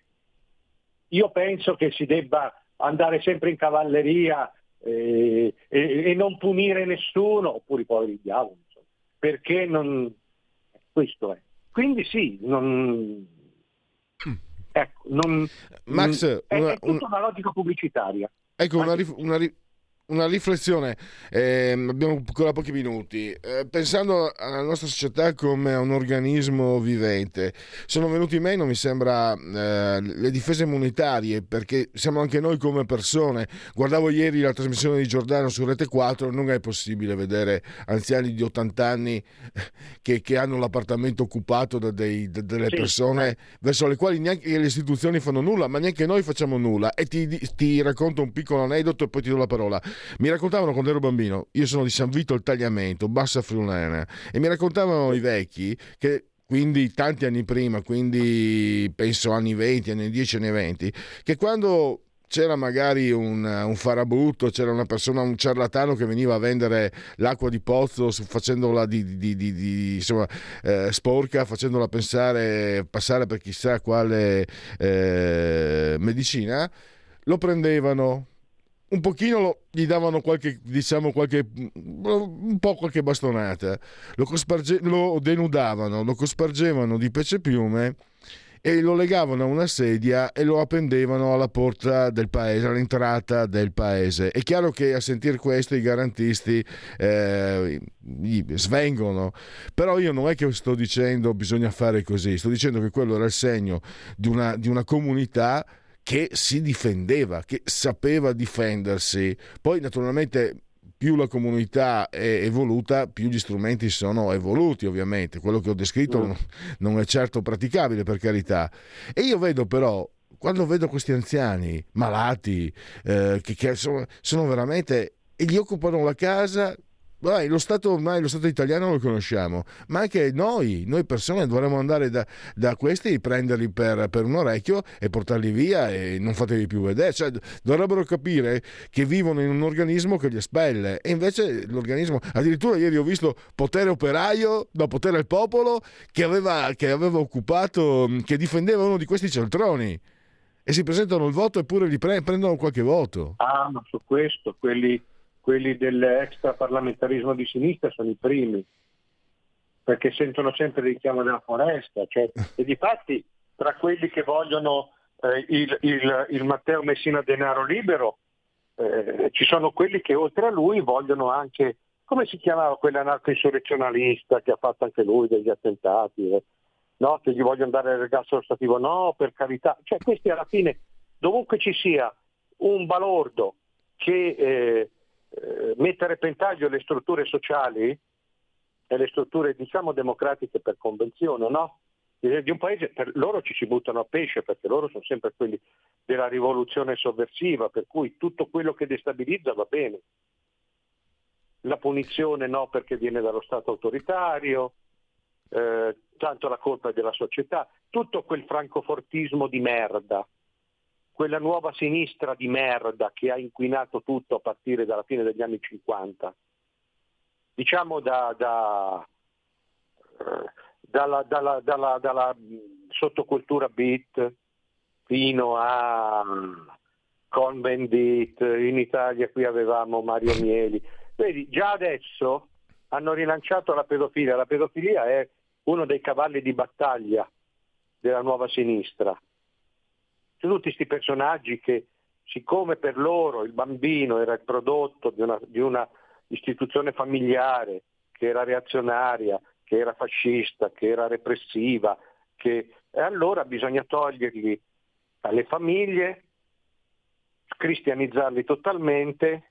io penso che si debba andare sempre in cavalleria eh, e, e non punire nessuno, oppure i poveri diavoli, insomma, perché non... questo è. Quindi sì, non... ecco, non... Max, è, una, è tutta una logica pubblicitaria. Ecco, una, rif- una, ri- una riflessione, eh, abbiamo ancora pochi minuti. Eh, pensando alla nostra società come a un organismo vivente, sono venuti meno, mi sembra, eh, le difese immunitarie, perché siamo anche noi come persone. Guardavo ieri la trasmissione di Giordano su Rete quattro, non è possibile vedere anziani di ottanta anni che, che hanno l'appartamento occupato da dei, da delle Sì, persone eh. verso le quali neanche le istituzioni fanno nulla, ma neanche noi facciamo nulla. E ti, ti racconto un piccolo aneddoto e poi ti do la parola. Mi raccontavano quando ero bambino, io sono di San Vito al Tagliamento, Bassa Friulana, e mi raccontavano i vecchi che, quindi tanti anni prima, quindi penso anni venti, anni dieci, anni venti, che quando c'era magari un, un farabutto, c'era una persona, un ciarlatano che veniva a vendere l'acqua di pozzo facendola di, di, di, di, insomma, eh, sporca, facendola pensare, passare per chissà quale eh, medicina, lo prendevano. Un pochino lo, gli davano qualche, diciamo, qualche, un po' qualche bastonata, lo, cosparge, lo denudavano, lo cospargevano di pece piume e lo legavano a una sedia e lo appendevano alla porta del paese, all'entrata del paese. È chiaro che a sentire questo i garantisti eh, svengono, però io non è che sto dicendo bisogna fare così, sto dicendo che quello era il segno di una, di una comunità che si difendeva, che sapeva difendersi. Poi naturalmente più la comunità è evoluta, più gli strumenti sono evoluti, ovviamente. Quello che ho descritto mm. non è certo praticabile, per carità. E io vedo però, quando vedo questi anziani malati, eh, che, che sono, sono veramente... e gli occupano la casa... Beh, lo Stato ormai, lo Stato italiano lo conosciamo, ma anche noi, noi persone dovremmo andare da, da questi, prenderli per, per un orecchio e portarli via e non fatevi più vedere. Cioè, dovrebbero capire che vivono in un organismo che li espelle, e invece l'organismo, addirittura ieri ho visto Potere Operaio, no, Potere al Popolo, che aveva, che aveva occupato, che difendeva uno di questi cialtroni, e si presentano il voto eppure li pre- prendono qualche voto. Ah, ma su questo quelli quelli dell'extraparlamentarismo di sinistra sono i primi, perché sentono sempre il richiamo della foresta, cioè, e difatti tra quelli che vogliono eh, il, il, il Matteo Messina Denaro libero eh, ci sono quelli che oltre a lui vogliono anche, come si chiamava quell'anarco-insurrezionalista che ha fatto anche lui degli attentati, eh, no? Che gli vogliono dare il ergastolo stativo, no, per carità, cioè questi alla fine, dovunque ci sia un balordo che eh, eh, mettere a repentaglio le strutture sociali e le strutture, diciamo, democratiche per convenzione, no? Di un paese, per loro ci si buttano a pesce, perché loro sono sempre quelli della rivoluzione sovversiva, per cui tutto quello che destabilizza va bene. La punizione no, perché viene dallo Stato autoritario, eh, tanto la colpa è della società, tutto quel francofortismo di merda, quella nuova sinistra di merda che ha inquinato tutto a partire dalla fine degli anni cinquanta, diciamo da, da, dalla, dalla, dalla, dalla sottocultura beat fino a Cohn-Bendit, in Italia qui avevamo Mario Mieli. Vedi, già adesso hanno rilanciato la pedofilia, la pedofilia è uno dei cavalli di battaglia della nuova sinistra. Sono tutti questi personaggi che, siccome per loro il bambino era il prodotto di una, di una istituzione familiare che era reazionaria, che era fascista, che era repressiva, che e allora bisogna toglierli alle famiglie, cristianizzarli totalmente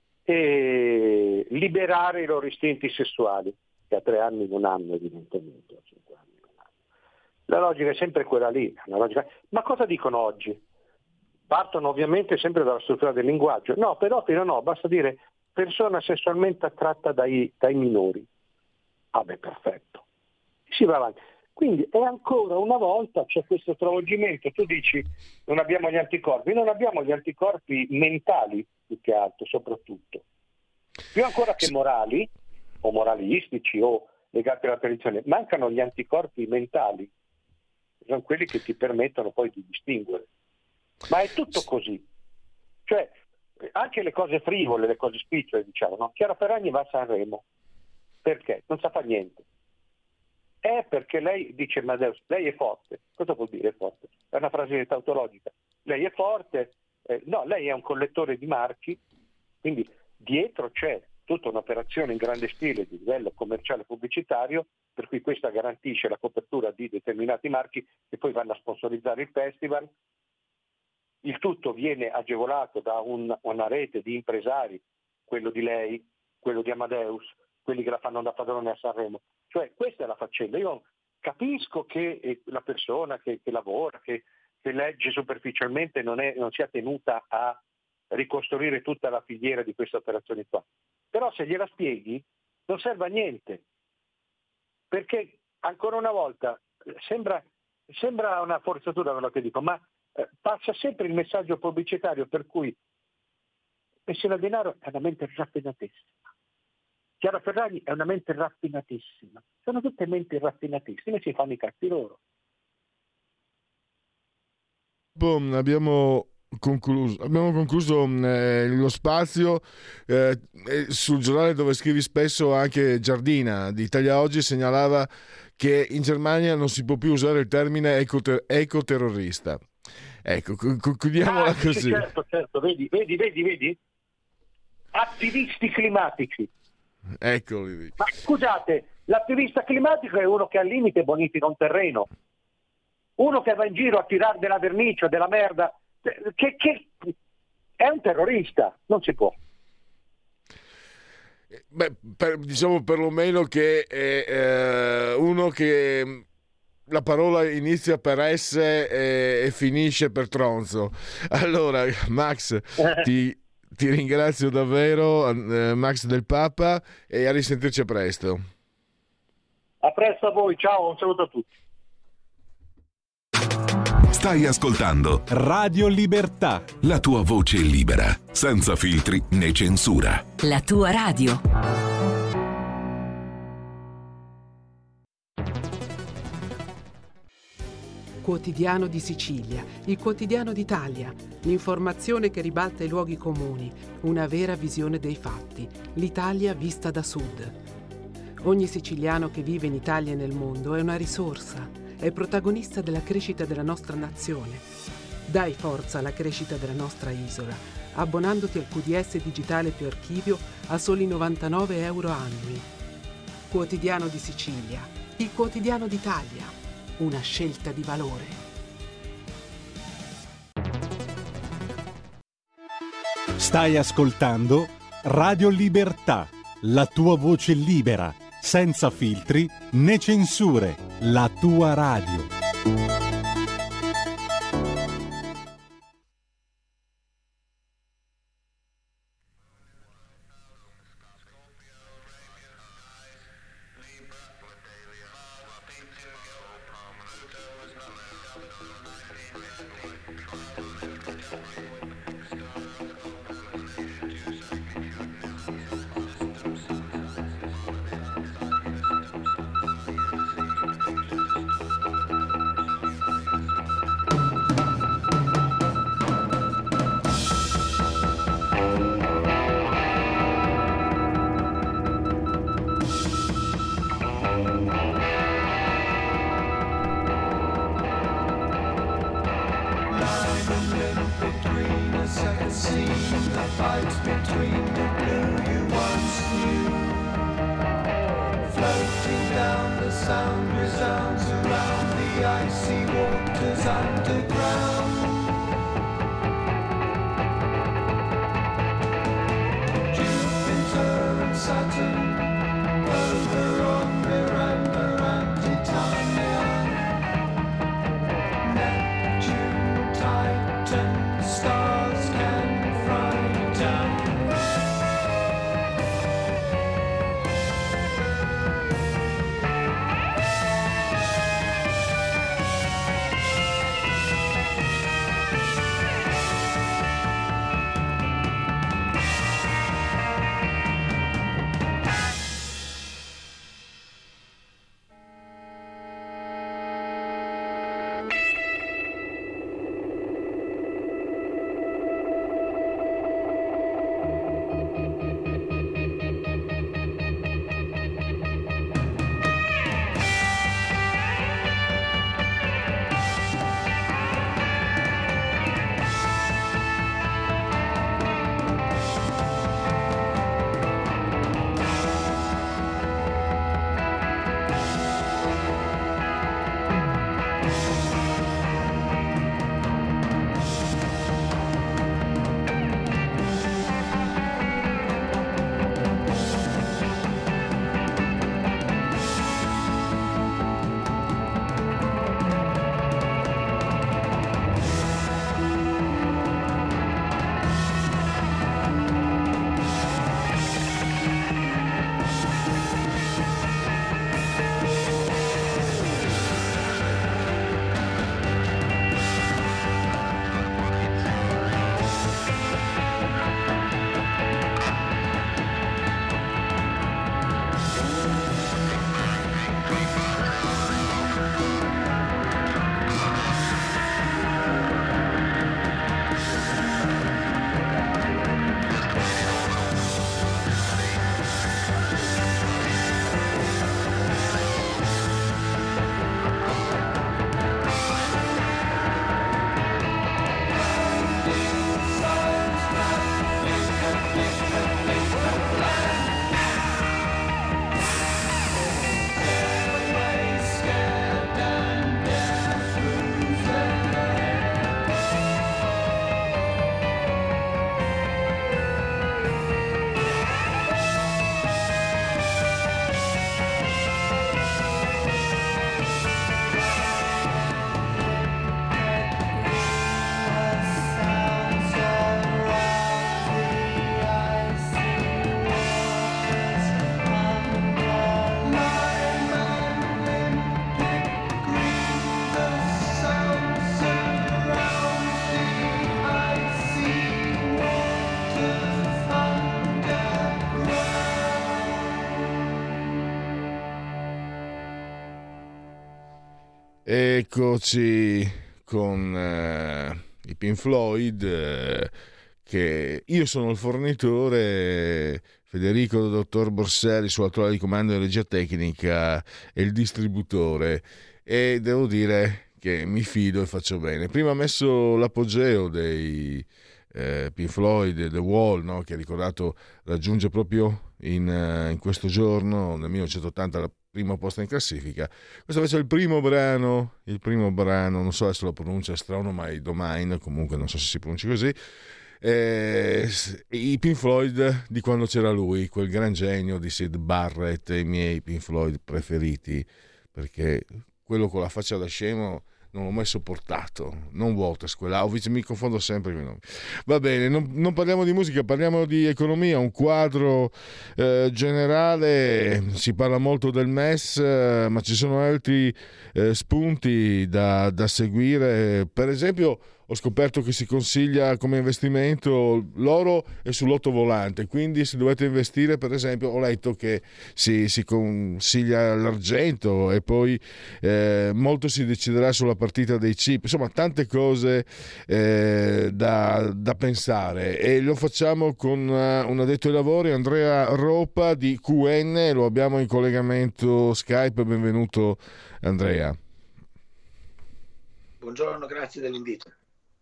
e liberare i loro istinti sessuali, che a tre anni non hanno evidentemente, a cinque anni non hanno. La logica è sempre quella lì. La logica... Ma cosa dicono oggi? Partono ovviamente sempre dalla struttura del linguaggio. No, pedofilo no, basta dire persona sessualmente attratta dai, dai minori. Ah beh, perfetto. Si va avanti. Quindi è ancora una volta c'è questo travolgimento. Tu dici non abbiamo gli anticorpi, non abbiamo gli anticorpi mentali più che altro, soprattutto. Più ancora che morali, o moralistici, o legati alla tradizione, mancano gli anticorpi mentali. Sono quelli che ti permettono poi di distinguere. Ma è tutto così. Cioè, anche le cose frivole, le cose spicciole, diciamo, no? Chiara Ferragni va a Sanremo. Perché? Non sa fare niente. È perché lei dice Amadeus, lei è forte. Cosa vuol dire forte? È una frase tautologica. Lei è forte, eh, no, lei è un collettore di marchi, quindi dietro c'è tutta un'operazione in grande stile di livello commerciale e pubblicitario, per cui questa garantisce la copertura di determinati marchi che poi vanno a sponsorizzare il festival. Il tutto viene agevolato da un, una rete di impresari, quello di lei, quello di Amadeus, quelli che la fanno da padrone a Sanremo. Cioè questa è la faccenda. Io capisco che la persona che, che lavora, che, che legge superficialmente non, è, non sia tenuta a ricostruire tutta la filiera di queste operazioni qua. Però se gliela spieghi non serve a niente. Perché ancora una volta sembra, sembra una forzatura quello che dico, ma eh, passa sempre il messaggio pubblicitario per cui Messina Denaro è una mente raffinatissima. Chiara Ferragni è una mente raffinatissima. Sono tutte menti raffinatissime e si fanno i cazzi loro. Boom, abbiamo concluso, abbiamo concluso eh, lo spazio eh, sul giornale dove scrivi spesso. Anche Giardina di Italia Oggi segnalava che in Germania non si può più usare il termine ecoter- ecoterrorista. Ecco, concludiamola ah, così. Certo, certo, vedi, vedi, vedi, vedi? Attivisti climatici. Eccoli. Ma scusate, l'attivista climatico è uno che al limite bonifica un terreno, uno che va in giro a tirare della vernice, della merda, che, che è un terrorista, non si può. Beh, per, diciamo perlomeno che è eh, uno che la parola inizia per S e, e finisce per tronzo. Allora, Max, ti Ti ringrazio davvero, eh, Max del Papa, e a risentirci presto. A presto a voi, ciao, un saluto a tutti. Stai ascoltando Radio Libertà, la tua voce libera, senza filtri né censura. La tua radio. Quotidiano di Sicilia, il quotidiano d'Italia, l'informazione che ribalta i luoghi comuni, una vera visione dei fatti, l'Italia vista da sud. Ogni siciliano che vive in Italia e nel mondo è una risorsa, è protagonista della crescita della nostra nazione. Dai forza alla crescita della nostra isola, abbonandoti al Q D S digitale più archivio a soli novantanove euro annui. Quotidiano di Sicilia, il quotidiano d'Italia. Una scelta di valore. Stai ascoltando Radio Libertà, la tua voce libera, senza filtri né censure, la tua radio. Eccoci con eh, i Pink Floyd, eh, che io sono il fornitore, Federico dottor Borsari sulla tolla di comando e regia tecnica e il distributore, e devo dire che mi fido e faccio bene. Prima ho messo l'apogeo dei eh, Pink Floyd, The Wall, no? Che ricordato raggiunge proprio in, uh, in questo giorno, nel millenovecentottanta, la prima posta in classifica. Questo invece è il primo brano, il primo brano, non so se lo pronuncia Astronomy Domain, comunque non so se si pronunci così, eh, i Pink Floyd di quando c'era lui, quel gran genio di Syd Barrett, i miei Pink Floyd preferiti, perché quello con la faccia da scemo non l'ho mai sopportato. Non Waters, quella, mi confondo sempre con i nomi. Va bene, non, non parliamo di musica, parliamo di economia, un quadro eh, generale. Si parla molto del M E S, eh, ma ci sono altri eh, spunti da, da seguire. Per esempio, ho scoperto che si consiglia come investimento l'oro e sull'ottovolante, quindi se dovete investire, per esempio, ho letto che si, si consiglia l'argento, e poi eh, molto si deciderà sulla partita dei chip, insomma tante cose eh, da, da pensare, e lo facciamo con un addetto ai lavori, Andrea Ropa di Q N, lo abbiamo in collegamento Skype. Benvenuto Andrea. Buongiorno, grazie dell'invito.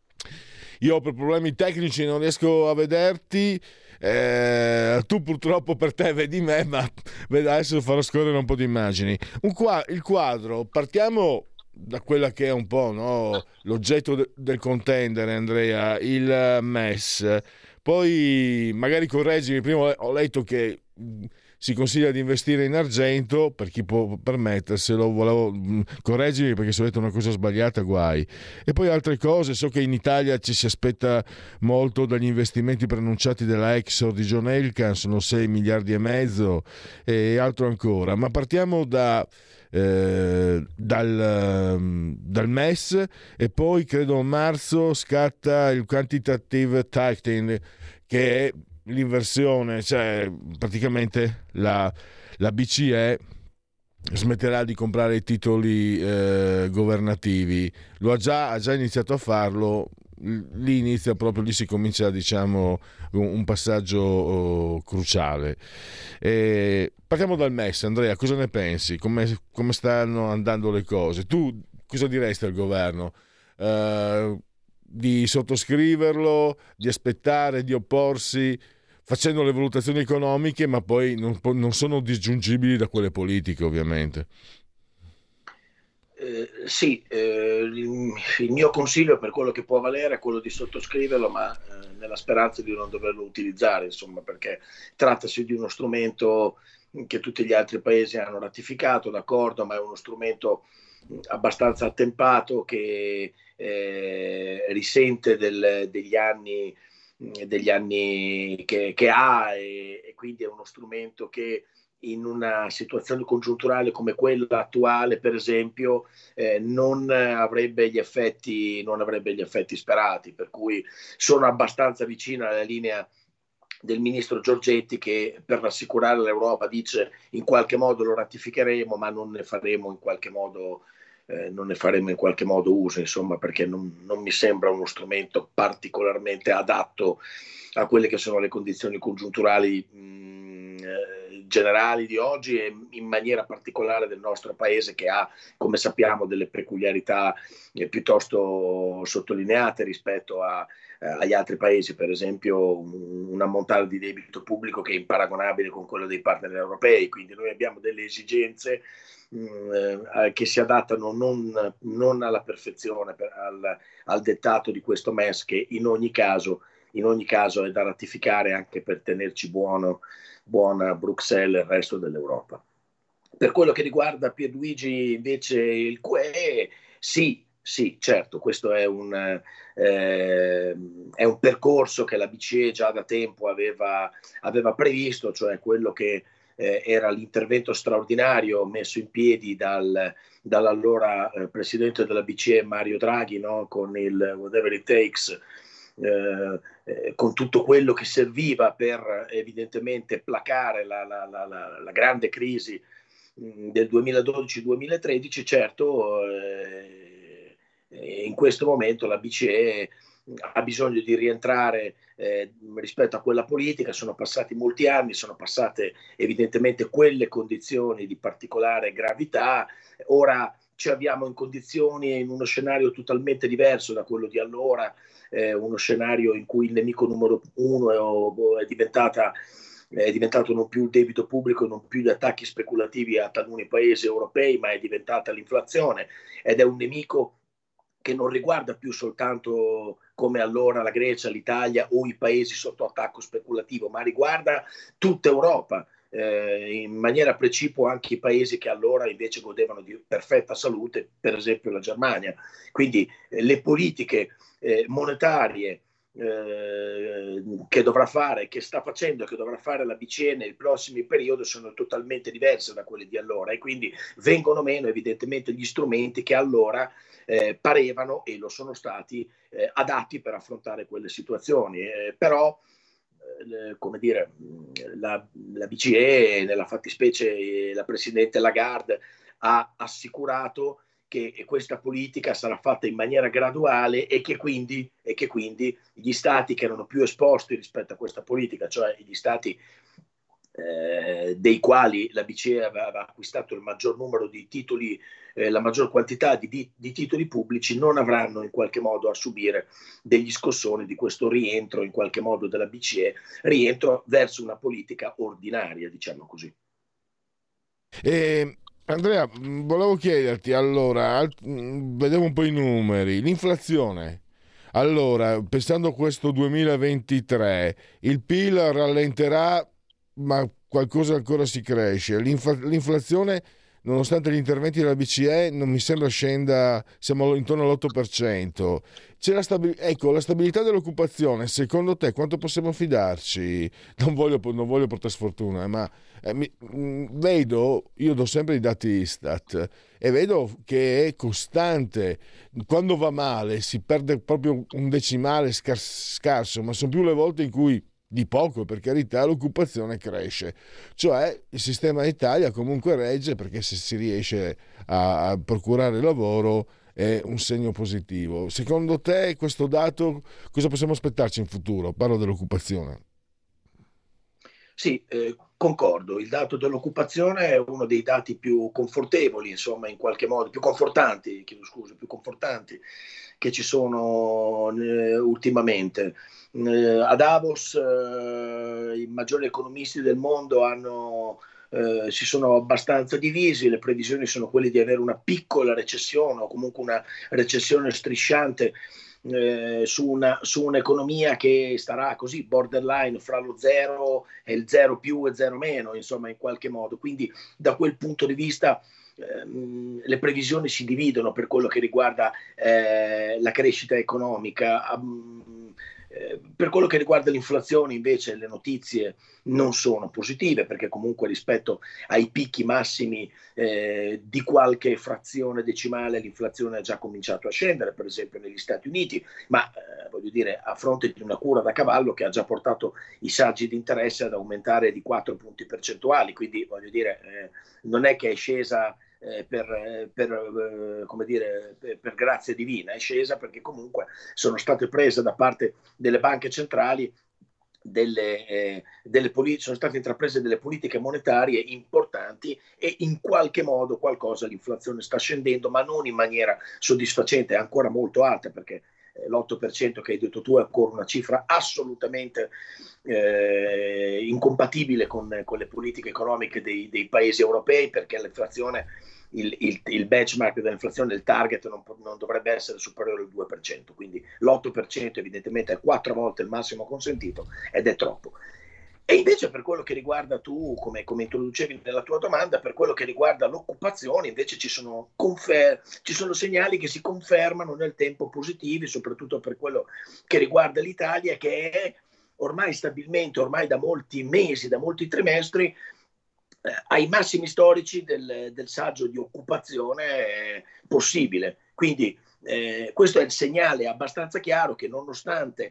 Io per problemi tecnici non riesco a vederti, eh, tu purtroppo per te vedi me, ma adesso farò scorrere un po' di immagini. Un qua, il quadro, partiamo da quella che è un po', no, l'oggetto de- del contendere, Andrea, il M E S. Poi magari correggimi, prima ho letto che si consiglia di investire in argento per chi può permetterselo, volevo correggimi perché se ho detto una cosa sbagliata guai. E poi altre cose, so che in Italia ci si aspetta molto dagli investimenti preannunciati della Exor di John Elkann, sono sei miliardi e mezzo e altro ancora, ma partiamo da eh, dal, dal M E S, e poi credo a marzo scatta il quantitative tightening, che è l'inversione, cioè praticamente la, la B C E smetterà di comprare i titoli eh, governativi. Lo ha già, ha già iniziato a farlo, lì inizia proprio, lì si comincia, diciamo, un, un passaggio oh, cruciale. E partiamo dal M E S, Andrea, cosa ne pensi? Come, come stanno andando le cose? Tu cosa diresti al governo? Uh, di sottoscriverlo, di aspettare, di opporsi, facendo le valutazioni economiche, ma poi non, non sono disgiungibili da quelle politiche, ovviamente. Eh, sì, eh, il, il mio consiglio, per quello che può valere, è quello di sottoscriverlo, ma eh, nella speranza di non doverlo utilizzare, insomma, perché trattasi di uno strumento che tutti gli altri paesi hanno ratificato, d'accordo, ma è uno strumento abbastanza attempato che eh, risente del, degli anni degli anni che, che ha, e, e quindi è uno strumento che in una situazione congiunturale come quella attuale, per esempio, eh, non avrebbe gli effetti non avrebbe gli effetti sperati, per cui sono abbastanza vicino alla linea del ministro Giorgetti, che per rassicurare l'Europa dice in qualche modo lo ratificheremo, ma non ne faremo in qualche modo Eh, non ne faremo in qualche modo uso, insomma, perché non, non mi sembra uno strumento particolarmente adatto a quelle che sono le condizioni congiunturali mh, eh, generali di oggi, e in maniera particolare del nostro paese, che ha, come sappiamo, delle peculiarità eh, piuttosto sottolineate rispetto a, eh, agli altri paesi, per esempio un, un ammontare di debito pubblico che è imparagonabile con quello dei partner europei, quindi noi abbiamo delle esigenze Eh, che si adattano non, non alla perfezione per, al, al dettato di questo M E S, che in ogni caso, in ogni caso è da ratificare anche per tenerci buono, buona Bruxelles e il resto dell'Europa. Per quello che riguarda Pierluigi invece il Q E, sì, sì, certo, questo è un, eh, è un percorso che la B C E già da tempo aveva, aveva previsto, cioè quello che Eh, era l'intervento straordinario messo in piedi dal, dall'allora eh, presidente della B C E Mario Draghi, no? Con il whatever it takes, eh, eh, con tutto quello che serviva per evidentemente placare la, la, la, la, la grande crisi mh, del duemiladodici duemilatredici. Certo, eh, in questo momento la B C E ha bisogno di rientrare eh, rispetto a quella politica. Sono passati molti anni, sono passate evidentemente quelle condizioni di particolare gravità, ora ci abbiamo in condizioni, in uno scenario totalmente diverso da quello di allora, eh, uno scenario in cui il nemico numero uno è, è diventata è diventato non più il debito pubblico, non più gli attacchi speculativi a taluni paesi europei, ma è diventata l'inflazione, ed è un nemico che non riguarda più soltanto come allora la Grecia, l'Italia o i paesi sotto attacco speculativo, ma riguarda tutta Europa, eh, in maniera precipua anche i paesi che allora invece godevano di perfetta salute, per esempio la Germania. Quindi eh, le politiche eh, monetarie eh, che dovrà fare, che sta facendo e che dovrà fare la B C E nei prossimi periodi sono totalmente diverse da quelle di allora, e quindi vengono meno evidentemente gli strumenti che allora eh, parevano, e lo sono stati, eh, adatti per affrontare quelle situazioni. Eh, però eh, come dire, la, la B C E, nella fattispecie la Presidente Lagarde, ha assicurato che questa politica sarà fatta in maniera graduale e che quindi, e che quindi gli stati che erano più esposti rispetto a questa politica, cioè gli stati eh, dei quali la B C E aveva acquistato il maggior numero di titoli, eh, la maggior quantità di, di, di titoli pubblici, non avranno in qualche modo a subire degli scossoni di questo rientro in qualche modo della B C E, rientro verso una politica ordinaria, diciamo così. E Andrea, volevo chiederti, allora, vediamo un po' i numeri, l'inflazione. Allora, pensando a questo duemilaventitré, il P I L rallenterà, ma qualcosa ancora si cresce. L'infl- l'inflazione, nonostante gli interventi della B C E, non mi sembra scenda, siamo intorno all'otto per cento. C'è la stabil- ecco, la stabilità dell'occupazione, secondo te quanto possiamo fidarci? Non voglio, non voglio portare sfortuna, ma eh, mi, mh, vedo, io do sempre i dati Istat e vedo che è costante. Quando va male si perde proprio un decimale scar- scarso, ma sono più le volte in cui, di poco per carità, l'occupazione cresce. Cioè il sistema Italia comunque regge, perché se si riesce a, a procurare lavoro è un segno positivo. Secondo te questo dato, cosa possiamo aspettarci in futuro? Parlo dell'occupazione. Sì, eh, concordo. Il dato dell'occupazione è uno dei dati più confortevoli, insomma, in qualche modo, più confortanti, chiedo scusa, più confortanti che ci sono eh, ultimamente. Eh, a Davos eh, i maggiori economisti del mondo hanno Eh, si sono abbastanza divisi. Le previsioni sono quelle di avere una piccola recessione o comunque una recessione strisciante eh, su, una, su un'economia che starà così borderline fra lo zero e il zero più e zero meno, insomma, in qualche modo. Quindi da quel punto di vista ehm, le previsioni si dividono per quello che riguarda eh, la crescita economica. Um, Eh, per quello che riguarda l'inflazione invece le notizie non sono positive, perché comunque rispetto ai picchi massimi eh, di qualche frazione decimale l'inflazione ha già cominciato a scendere, per esempio negli Stati Uniti, ma eh, voglio dire, a fronte di una cura da cavallo che ha già portato i saggi di interesse ad aumentare di quattro punti percentuali, quindi voglio dire eh, non è che è scesa Eh, per, per, eh, come dire, per, per grazia divina, è scesa perché comunque sono state prese da parte delle banche centrali delle, eh, delle politi- sono state intraprese delle politiche monetarie importanti, e in qualche modo qualcosa l'inflazione sta scendendo, ma non in maniera soddisfacente, è ancora molto alta, perché l'otto per cento che hai detto tu è ancora una cifra assolutamente eh, incompatibile con, con le politiche economiche dei, dei paesi europei, perché l'inflazione, il, il, il benchmark dell'inflazione, il target non, non dovrebbe essere superiore al due per cento, quindi l'otto per cento evidentemente è quattro volte il massimo consentito ed è troppo. E invece per quello che riguarda tu, come, come introducevi nella tua domanda, per quello che riguarda l'occupazione, invece ci sono, confer- ci sono segnali che si confermano nel tempo positivi, soprattutto per quello che riguarda l'Italia, che è ormai stabilmente, ormai da molti mesi, da molti trimestri, eh, ai massimi storici del, del saggio di occupazione eh, possibile. Quindi eh, questo è il segnale abbastanza chiaro che, nonostante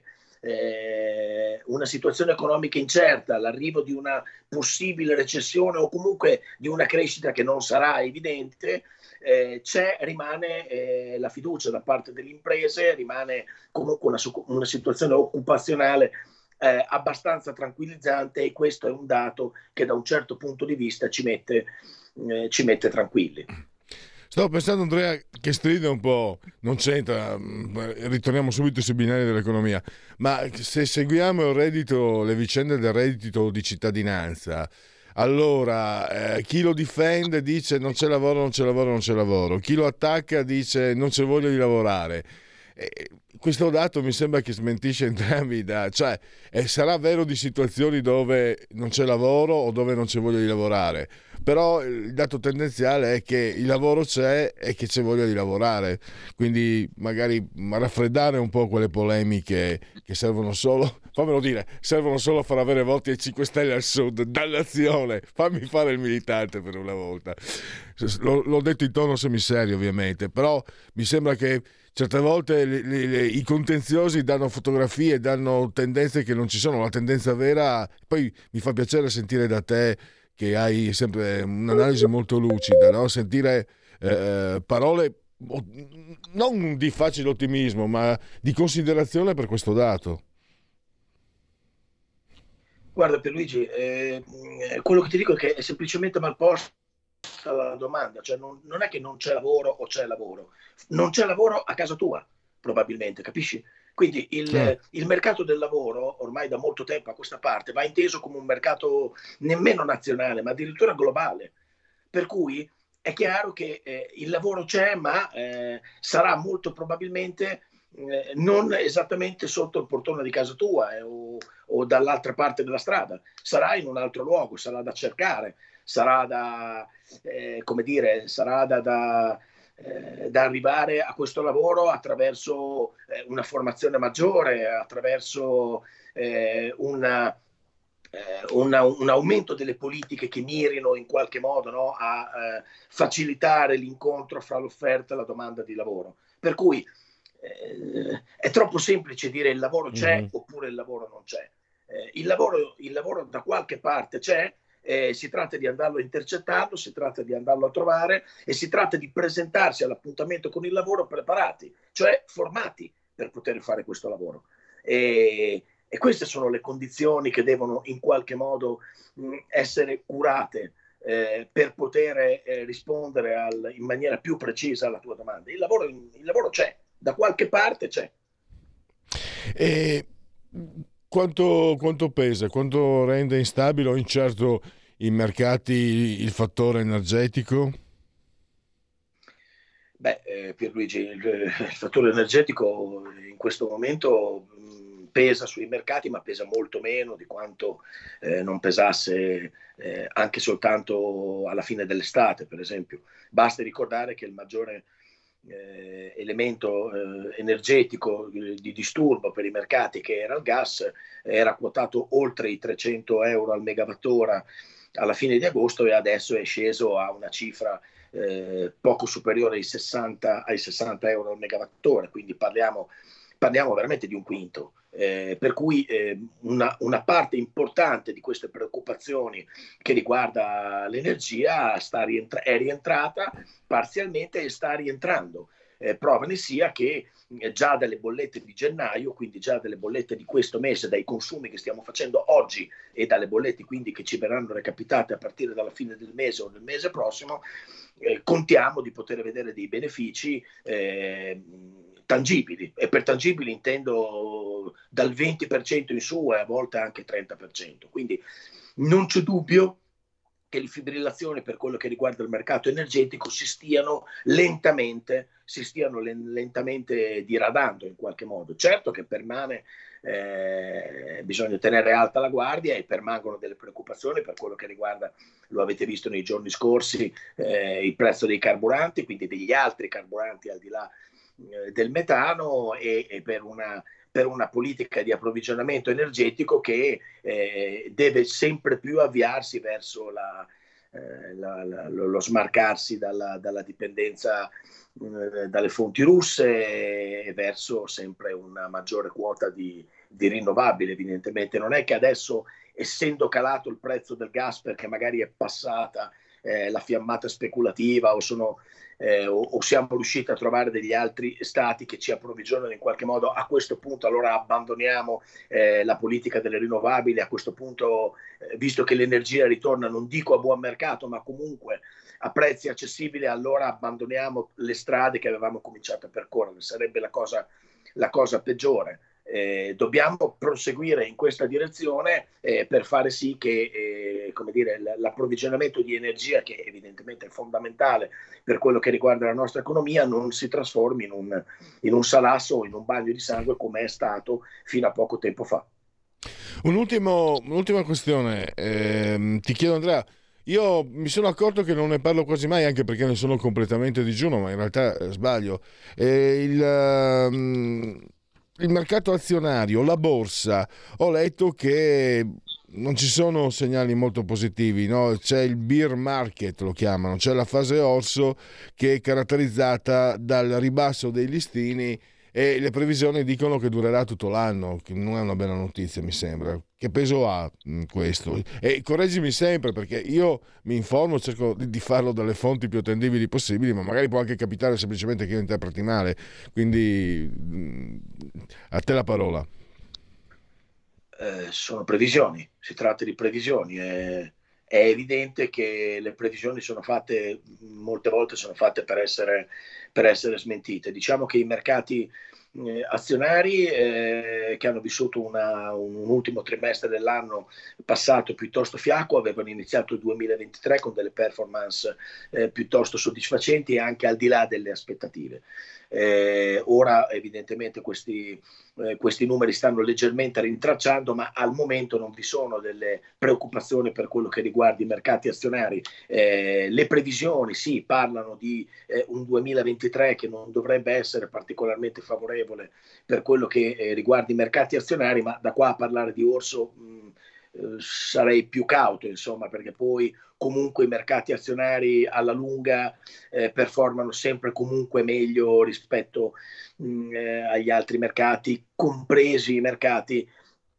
Eh, una situazione economica incerta, l'arrivo di una possibile recessione o comunque di una crescita che non sarà evidente, eh, c'è, rimane eh, la fiducia da parte delle imprese, rimane comunque una, una situazione occupazionale eh, abbastanza tranquillizzante, e questo è un dato che da un certo punto di vista ci mette, eh, ci mette tranquilli. Stavo pensando, Andrea, che stride un po', non c'entra, ritorniamo subito sui binari dell'economia, ma se seguiamo il reddito, le vicende del reddito di cittadinanza, Allora, eh, chi lo difende dice non c'è lavoro, non c'è lavoro, non c'è lavoro. Chi lo attacca dice non c'è voglia di lavorare. Eh, questo dato mi sembra che smentisce entrambi, da, cioè eh, sarà vero di situazioni dove non c'è lavoro o dove non c'è voglia di lavorare, però il dato tendenziale è che il lavoro c'è e che c'è voglia di lavorare, quindi magari raffreddare un po' quelle polemiche che servono solo, fammelo dire, servono solo a far avere voti ai cinque Stelle al Sud. Dannazione, fammi fare il militante per una volta. L- l'ho detto in tono semiserio ovviamente, però mi sembra che certe volte le, le, le, i contenziosi danno fotografie, danno tendenze che non ci sono. La tendenza vera, poi mi fa piacere sentire da te che hai sempre un'analisi molto lucida, no? Sentire eh, parole non di facile ottimismo, ma di considerazione per questo dato. Guarda Pierluigi, eh, quello che ti dico è che è semplicemente mal posta la domanda, cioè non, non è che non c'è lavoro o c'è lavoro, non c'è lavoro a casa tua probabilmente, capisci? Quindi il, Certo. il mercato del lavoro ormai da molto tempo a questa parte va inteso come un mercato nemmeno nazionale ma addirittura globale, per cui è chiaro che eh, il lavoro c'è, ma eh, sarà molto probabilmente eh, non esattamente sotto il portone di casa tua eh, o, o dall'altra parte della strada, sarà in un altro luogo, sarà da cercare, sarà da, eh, come dire, sarà da, da, eh, da arrivare a questo lavoro attraverso eh, una formazione maggiore, attraverso eh, una, eh, una, un aumento delle politiche che mirino in qualche modo, no, a eh, facilitare l'incontro fra l'offerta e la domanda di lavoro. Per cui eh, è troppo semplice dire il lavoro c'è mm-hmm. oppure il lavoro non c'è. Eh, il lavoro, il lavoro da qualche parte c'è. Eh, si tratta di andarlo a intercettarlo, si tratta di andarlo a trovare e si tratta di presentarsi all'appuntamento con il lavoro preparati, cioè formati per poter fare questo lavoro. E, e queste sono le condizioni che devono in qualche modo mh, essere curate eh, per poter eh, rispondere al, in maniera più precisa alla tua domanda. Il lavoro, il lavoro c'è, da qualche parte c'è. E... Quanto, quanto pesa, quanto rende instabile o incerto i mercati il fattore energetico? Beh, eh, Pierluigi, il, il fattore energetico in questo momento mh, pesa sui mercati, ma pesa molto meno di quanto eh, non pesasse eh, anche soltanto alla fine dell'estate, per esempio. Basta ricordare che il maggiore Eh, elemento eh, energetico eh, di disturbo per i mercati, che era il gas, era quotato oltre i trecento euro al megawattora alla fine di agosto e adesso è sceso a una cifra eh, poco superiore ai sessanta, ai sessanta euro al megawattora, quindi parliamo, parliamo veramente di un quinto. Eh, per cui eh, una, una parte importante di queste preoccupazioni che riguarda l'energia sta rientra- è rientrata parzialmente e sta rientrando. Eh, prova ne sia che eh, già dalle bollette di gennaio, quindi già dalle bollette di questo mese, dai consumi che stiamo facendo oggi e dalle bollette quindi che ci verranno recapitate a partire dalla fine del mese o del mese prossimo, eh, contiamo di poter vedere dei benefici eh, tangibili, e per tangibili intendo dal venti per cento in su e a volte anche trenta per cento. Quindi non c'è dubbio che le fibrillazioni per quello che riguarda il mercato energetico si stiano lentamente, si stiano lentamente diradando in qualche modo. Certo che permane, eh, bisogna tenere alta la guardia e permangono delle preoccupazioni per quello che riguarda, lo avete visto nei giorni scorsi, eh, il prezzo dei carburanti, quindi degli altri carburanti al di là eh, del metano e, e per una per una politica di approvvigionamento energetico che eh, deve sempre più avviarsi verso la, eh, la, la, lo smarcarsi dalla, dalla dipendenza eh, dalle fonti russe e verso sempre una maggiore quota di, di rinnovabili. Evidentemente non è che adesso, essendo calato il prezzo del gas perché magari è passata eh, la fiammata speculativa o sono Eh, o, o siamo riusciti a trovare degli altri stati che ci approvvigionano in qualche modo, a questo punto allora abbandoniamo eh, la politica delle rinnovabili, a questo punto eh, visto che l'energia ritorna, non dico a buon mercato ma comunque a prezzi accessibili, allora abbandoniamo le strade che avevamo cominciato a percorrere, sarebbe la cosa, la cosa peggiore. Eh, dobbiamo proseguire in questa direzione eh, per fare sì che eh, come dire, l- l'approvvigionamento di energia, che evidentemente è fondamentale per quello che riguarda la nostra economia, non si trasformi in un, in un salasso o in un bagno di sangue come è stato fino a poco tempo fa. Un ultimo, un'ultima questione, eh, ti chiedo Andrea, io mi sono accorto che non ne parlo quasi mai, anche perché ne sono completamente digiuno, ma in realtà eh, sbaglio. Eh, il... Um... Il mercato azionario, la borsa, ho letto che non ci sono segnali molto positivi, no? C'è il bear market, lo chiamano, c'è la fase orso che è caratterizzata dal ribasso dei listini e le previsioni dicono che durerà tutto l'anno, che non è una bella notizia, mi sembra. Che peso ha questo? E correggimi sempre, perché io mi informo, cerco di farlo dalle fonti più attendibili possibili, ma magari può anche capitare semplicemente che io interpreti male, quindi a te la parola. Eh, sono previsioni, si tratta di previsioni. È, è evidente che le previsioni sono fatte, molte volte sono fatte per essere, per essere smentite. Diciamo che i mercati eh, azionari eh, che hanno vissuto una, un, un ultimo trimestre dell'anno passato piuttosto fiacco avevano iniziato il duemilaventitré con delle performance eh, piuttosto soddisfacenti e anche al di là delle aspettative. Eh, ora evidentemente questi, eh, questi numeri stanno leggermente rintracciando, ma al momento non vi sono delle preoccupazioni per quello che riguarda i mercati azionari. Eh, le previsioni sì parlano di eh, un duemilaventitré che non dovrebbe essere particolarmente favorevole per quello che eh, riguarda i mercati azionari, ma da qua a parlare di orso mh, eh, sarei più cauto, insomma, perché poi comunque i mercati azionari alla lunga eh, performano sempre comunque meglio rispetto mh, eh, agli altri mercati, compresi i mercati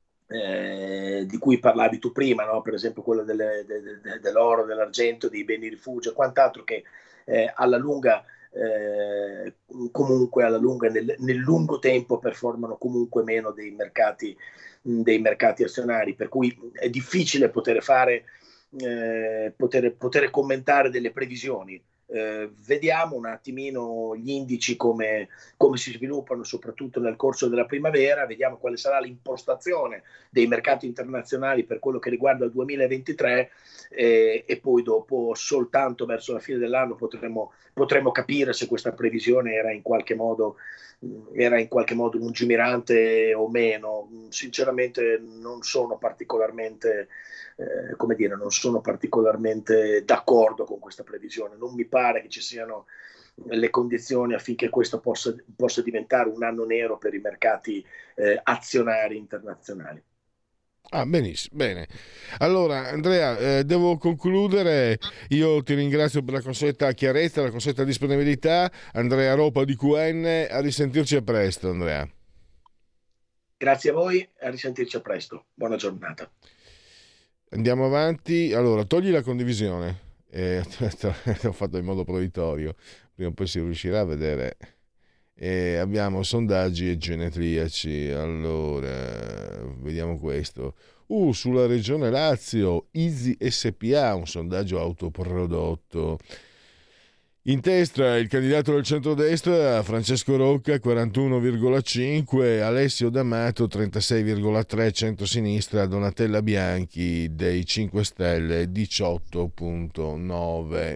eh, di cui parlavi tu prima, no? Per esempio quello delle, de, de, dell'oro, dell'argento, dei beni rifugio e quant'altro, che eh, alla lunga eh, comunque alla lunga nel, nel lungo tempo performano comunque meno dei mercati, mh, dei mercati azionari, per cui è difficile poter fare Eh, poter, poter commentare delle previsioni. Eh, vediamo un attimino gli indici come, come si sviluppano soprattutto nel corso della primavera, vediamo quale sarà l'impostazione dei mercati internazionali per quello che riguarda il duemilaventitré eh, e poi dopo soltanto verso la fine dell'anno potremo, potremo capire se questa previsione era in qualche modo era in qualche modo lungimirante o meno. Sinceramente non sono particolarmente eh, come dire, non sono particolarmente d'accordo con questa previsione. Non mi pare che ci siano le condizioni affinché questo possa, possa diventare un anno nero per i mercati eh, azionari internazionali. Ah, benissimo, bene. Allora, Andrea, eh, devo concludere. Io ti ringrazio per la consueta chiarezza, la consueta disponibilità. Andrea Ropa di Q N, a risentirci a presto, Andrea. Grazie a voi, a risentirci a presto. Buona giornata. Andiamo avanti. Allora, togli la condivisione. Eh, ho fatto in modo provvisorio. Prima o poi si riuscirà a vedere. E abbiamo sondaggi e genetriaci. Allora, vediamo questo. Uh, sulla regione Lazio, Easy S P A, un sondaggio autoprodotto. In testa il candidato del centrodestra Francesco Rocca quarantuno virgola cinque, Alessio D'Amato trentasei virgola tre, centrosinistra Donatella Bianchi dei cinque Stelle diciotto virgola nove.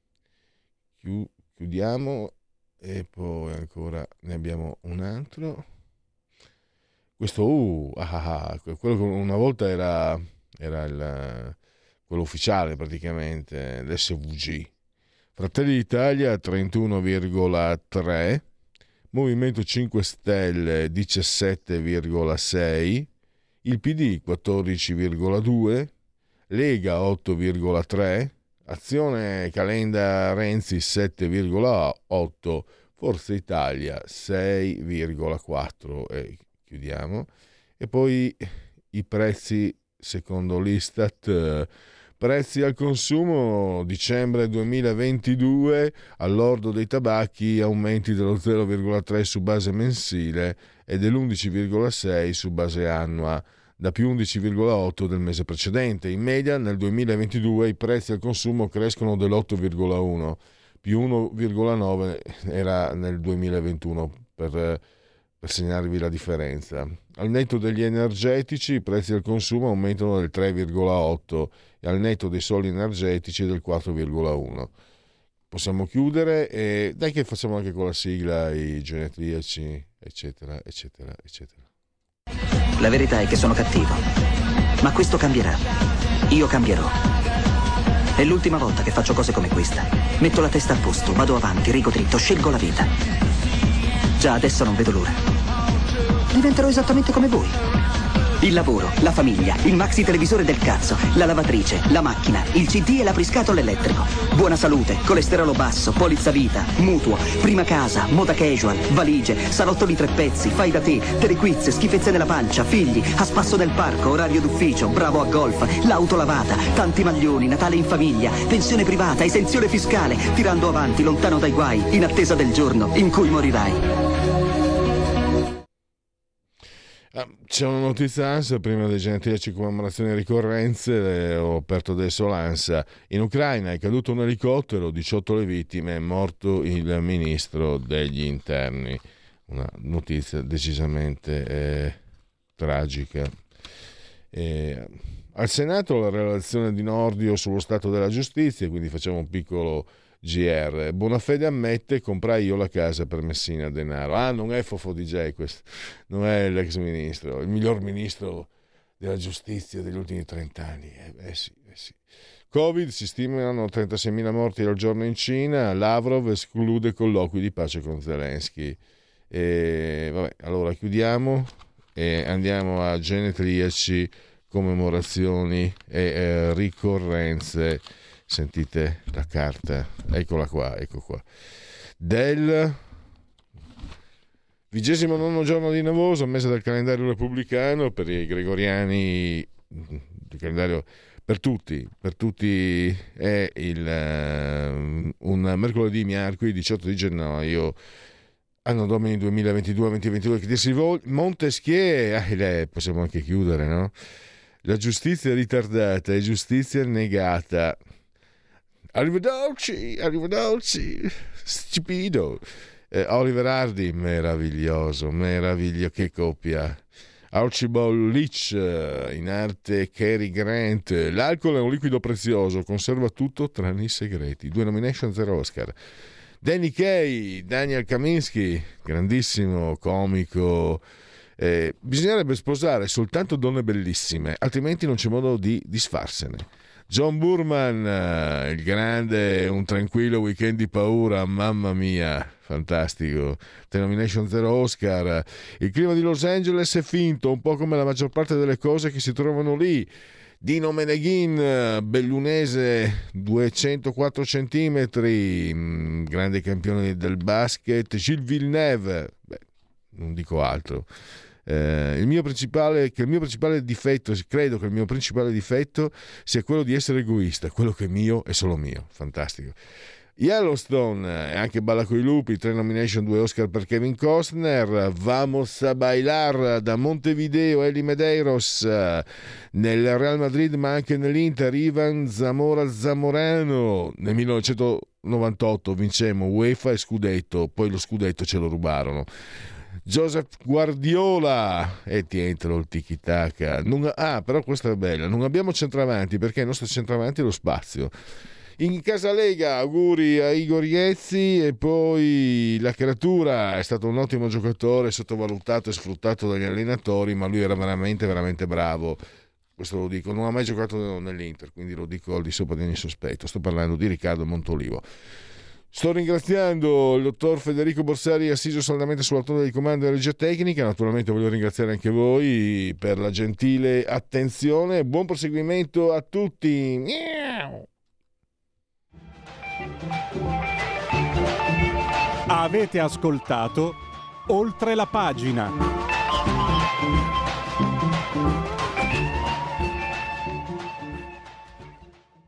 Chiudiamo e poi ancora ne abbiamo un altro. Questo uh, ah, ah, quello che una volta era, era il, quello ufficiale praticamente, l'S V G. Fratelli d'Italia trentuno virgola tre, Movimento cinque Stelle diciassette virgola sei, il P D quattordici virgola due, Lega otto virgola tre, Azione Calenda Renzi sette virgola otto, Forza Italia sei virgola quattro. E chiudiamo. E poi i prezzi secondo l'Istat. Prezzi al consumo dicembre duemilaventidue, all'ordo dei tabacchi aumenti dello zero virgola tre su base mensile e dell'undici virgola sei su base annua, da più undici virgola otto del mese precedente. In media nel duemilaventidue i prezzi al consumo crescono dell'otto virgola uno, più uno virgola nove era nel duemilaventuno per, per segnarvi la differenza. Al netto degli energetici i prezzi del consumo aumentano del tre virgola otto e al netto dei soli energetici del quattro virgola uno. Possiamo chiudere e dai che facciamo anche con la sigla i genetriaci, eccetera, eccetera, eccetera. La verità è che sono cattivo, ma questo cambierà. Io cambierò. È l'ultima volta che faccio cose come questa. Metto la testa a posto, vado avanti, rigo dritto, scelgo la vita. Già adesso non vedo l'ora. Diventerò esattamente come voi. Il lavoro, la famiglia, il maxi televisore del cazzo, la lavatrice, la macchina, il C D e l'apriscatole elettrico. Buona salute, colesterolo basso, polizza vita, mutuo, prima casa, moda casual, valigie, salotto di tre pezzi, fai da te, telequiz, schifezze nella pancia, figli, a spasso nel parco, orario d'ufficio, bravo a golf, l'auto lavata, tanti maglioni, Natale in famiglia, pensione privata, esenzione fiscale, tirando avanti, lontano dai guai, in attesa del giorno in cui morirai. C'è una notizia ANSA prima dei genetriaci, commemorazioni e ricorrenze. Ho aperto adesso l'ANSA. In Ucraina è caduto un elicottero, diciotto le vittime, è morto il ministro degli interni. Una notizia decisamente eh, tragica. Eh, al Senato la relazione di Nordio sullo stato della giustizia, quindi facciamo un piccolo G R. Bonafede ammette: comprai io la casa per Messina Denaro. Ah, non è Fofo D J questo, non è l'ex ministro, il miglior ministro della giustizia degli ultimi trent'anni. Eh, eh sì, eh sì. Covid, si stimano trentaseimila morti al giorno in Cina. Lavrov esclude colloqui di pace con Zelensky. E vabbè, allora chiudiamo e andiamo a genetriaci, commemorazioni e eh, ricorrenze. Sentite la carta, eccola qua, ecco qua, del vigesimo nono giorno di Navoso, mese del calendario repubblicano. Per i gregoriani, il calendario per tutti, per tutti è il, uh, un mercoledì miarqui, diciotto di gennaio, anno domini duemilaventidue duemilaventidue, che si vol- Montesquieu, ah, lei, possiamo anche chiudere, no? La giustizia ritardata è giustizia negata. Arrivederci, arrivederci, stupido. Eh, Oliver Hardy, meraviglioso, meraviglioso, che coppia. Archibald Leach, in arte Cary Grant. L'alcol è un liquido prezioso, conserva tutto tranne i segreti. Due nomination, zero Oscar. Danny Kaye, Daniel Kaminsky, grandissimo comico. Eh, bisognerebbe sposare soltanto donne bellissime, altrimenti non c'è modo di disfarsene. John Boorman, il grande, un tranquillo weekend di paura, mamma mia, fantastico. Tre nomination, zero Oscar. Il clima di Los Angeles è finto, un po' come la maggior parte delle cose che si trovano lì. Dino Meneghin, bellunese, duecentoquattro centimetri, grande campione del basket. Gilles Villeneuve, beh, non dico altro. Eh, il mio principale, che il mio principale difetto, credo che il mio principale difetto sia quello di essere egoista, quello che è mio è solo mio. Fantastico. Yellowstone, e anche Balla coi lupi, tre nomination, due Oscar per Kevin Costner. Vamos a bailar, da Montevideo, Eli Medeiros, nel Real Madrid ma anche nell'Inter, Ivan Zamora Zamorano. Nel millenovecentonovantotto vincemmo UEFA e scudetto, poi lo scudetto ce lo rubarono. Joseph Guardiola, e ti entro il tiki-taka. Non, ah, però questa è bella. Non abbiamo centravanti perché il nostro centravanti è lo spazio. In Casalega, auguri a Igor Iezzi. E poi la creatura è stato un ottimo giocatore, sottovalutato e sfruttato dagli allenatori, ma lui era veramente, veramente bravo. Questo lo dico, non ha mai giocato nell'Inter, quindi lo dico al di sopra di ogni sospetto. Sto parlando di Riccardo Montolivo. Sto ringraziando il dottor Federico Borsari, assiso saldamente sulla torre di comando e regia tecnica. Naturalmente voglio ringraziare anche voi per la gentile attenzione. Buon proseguimento a tutti. Miau. Avete ascoltato Oltre la pagina.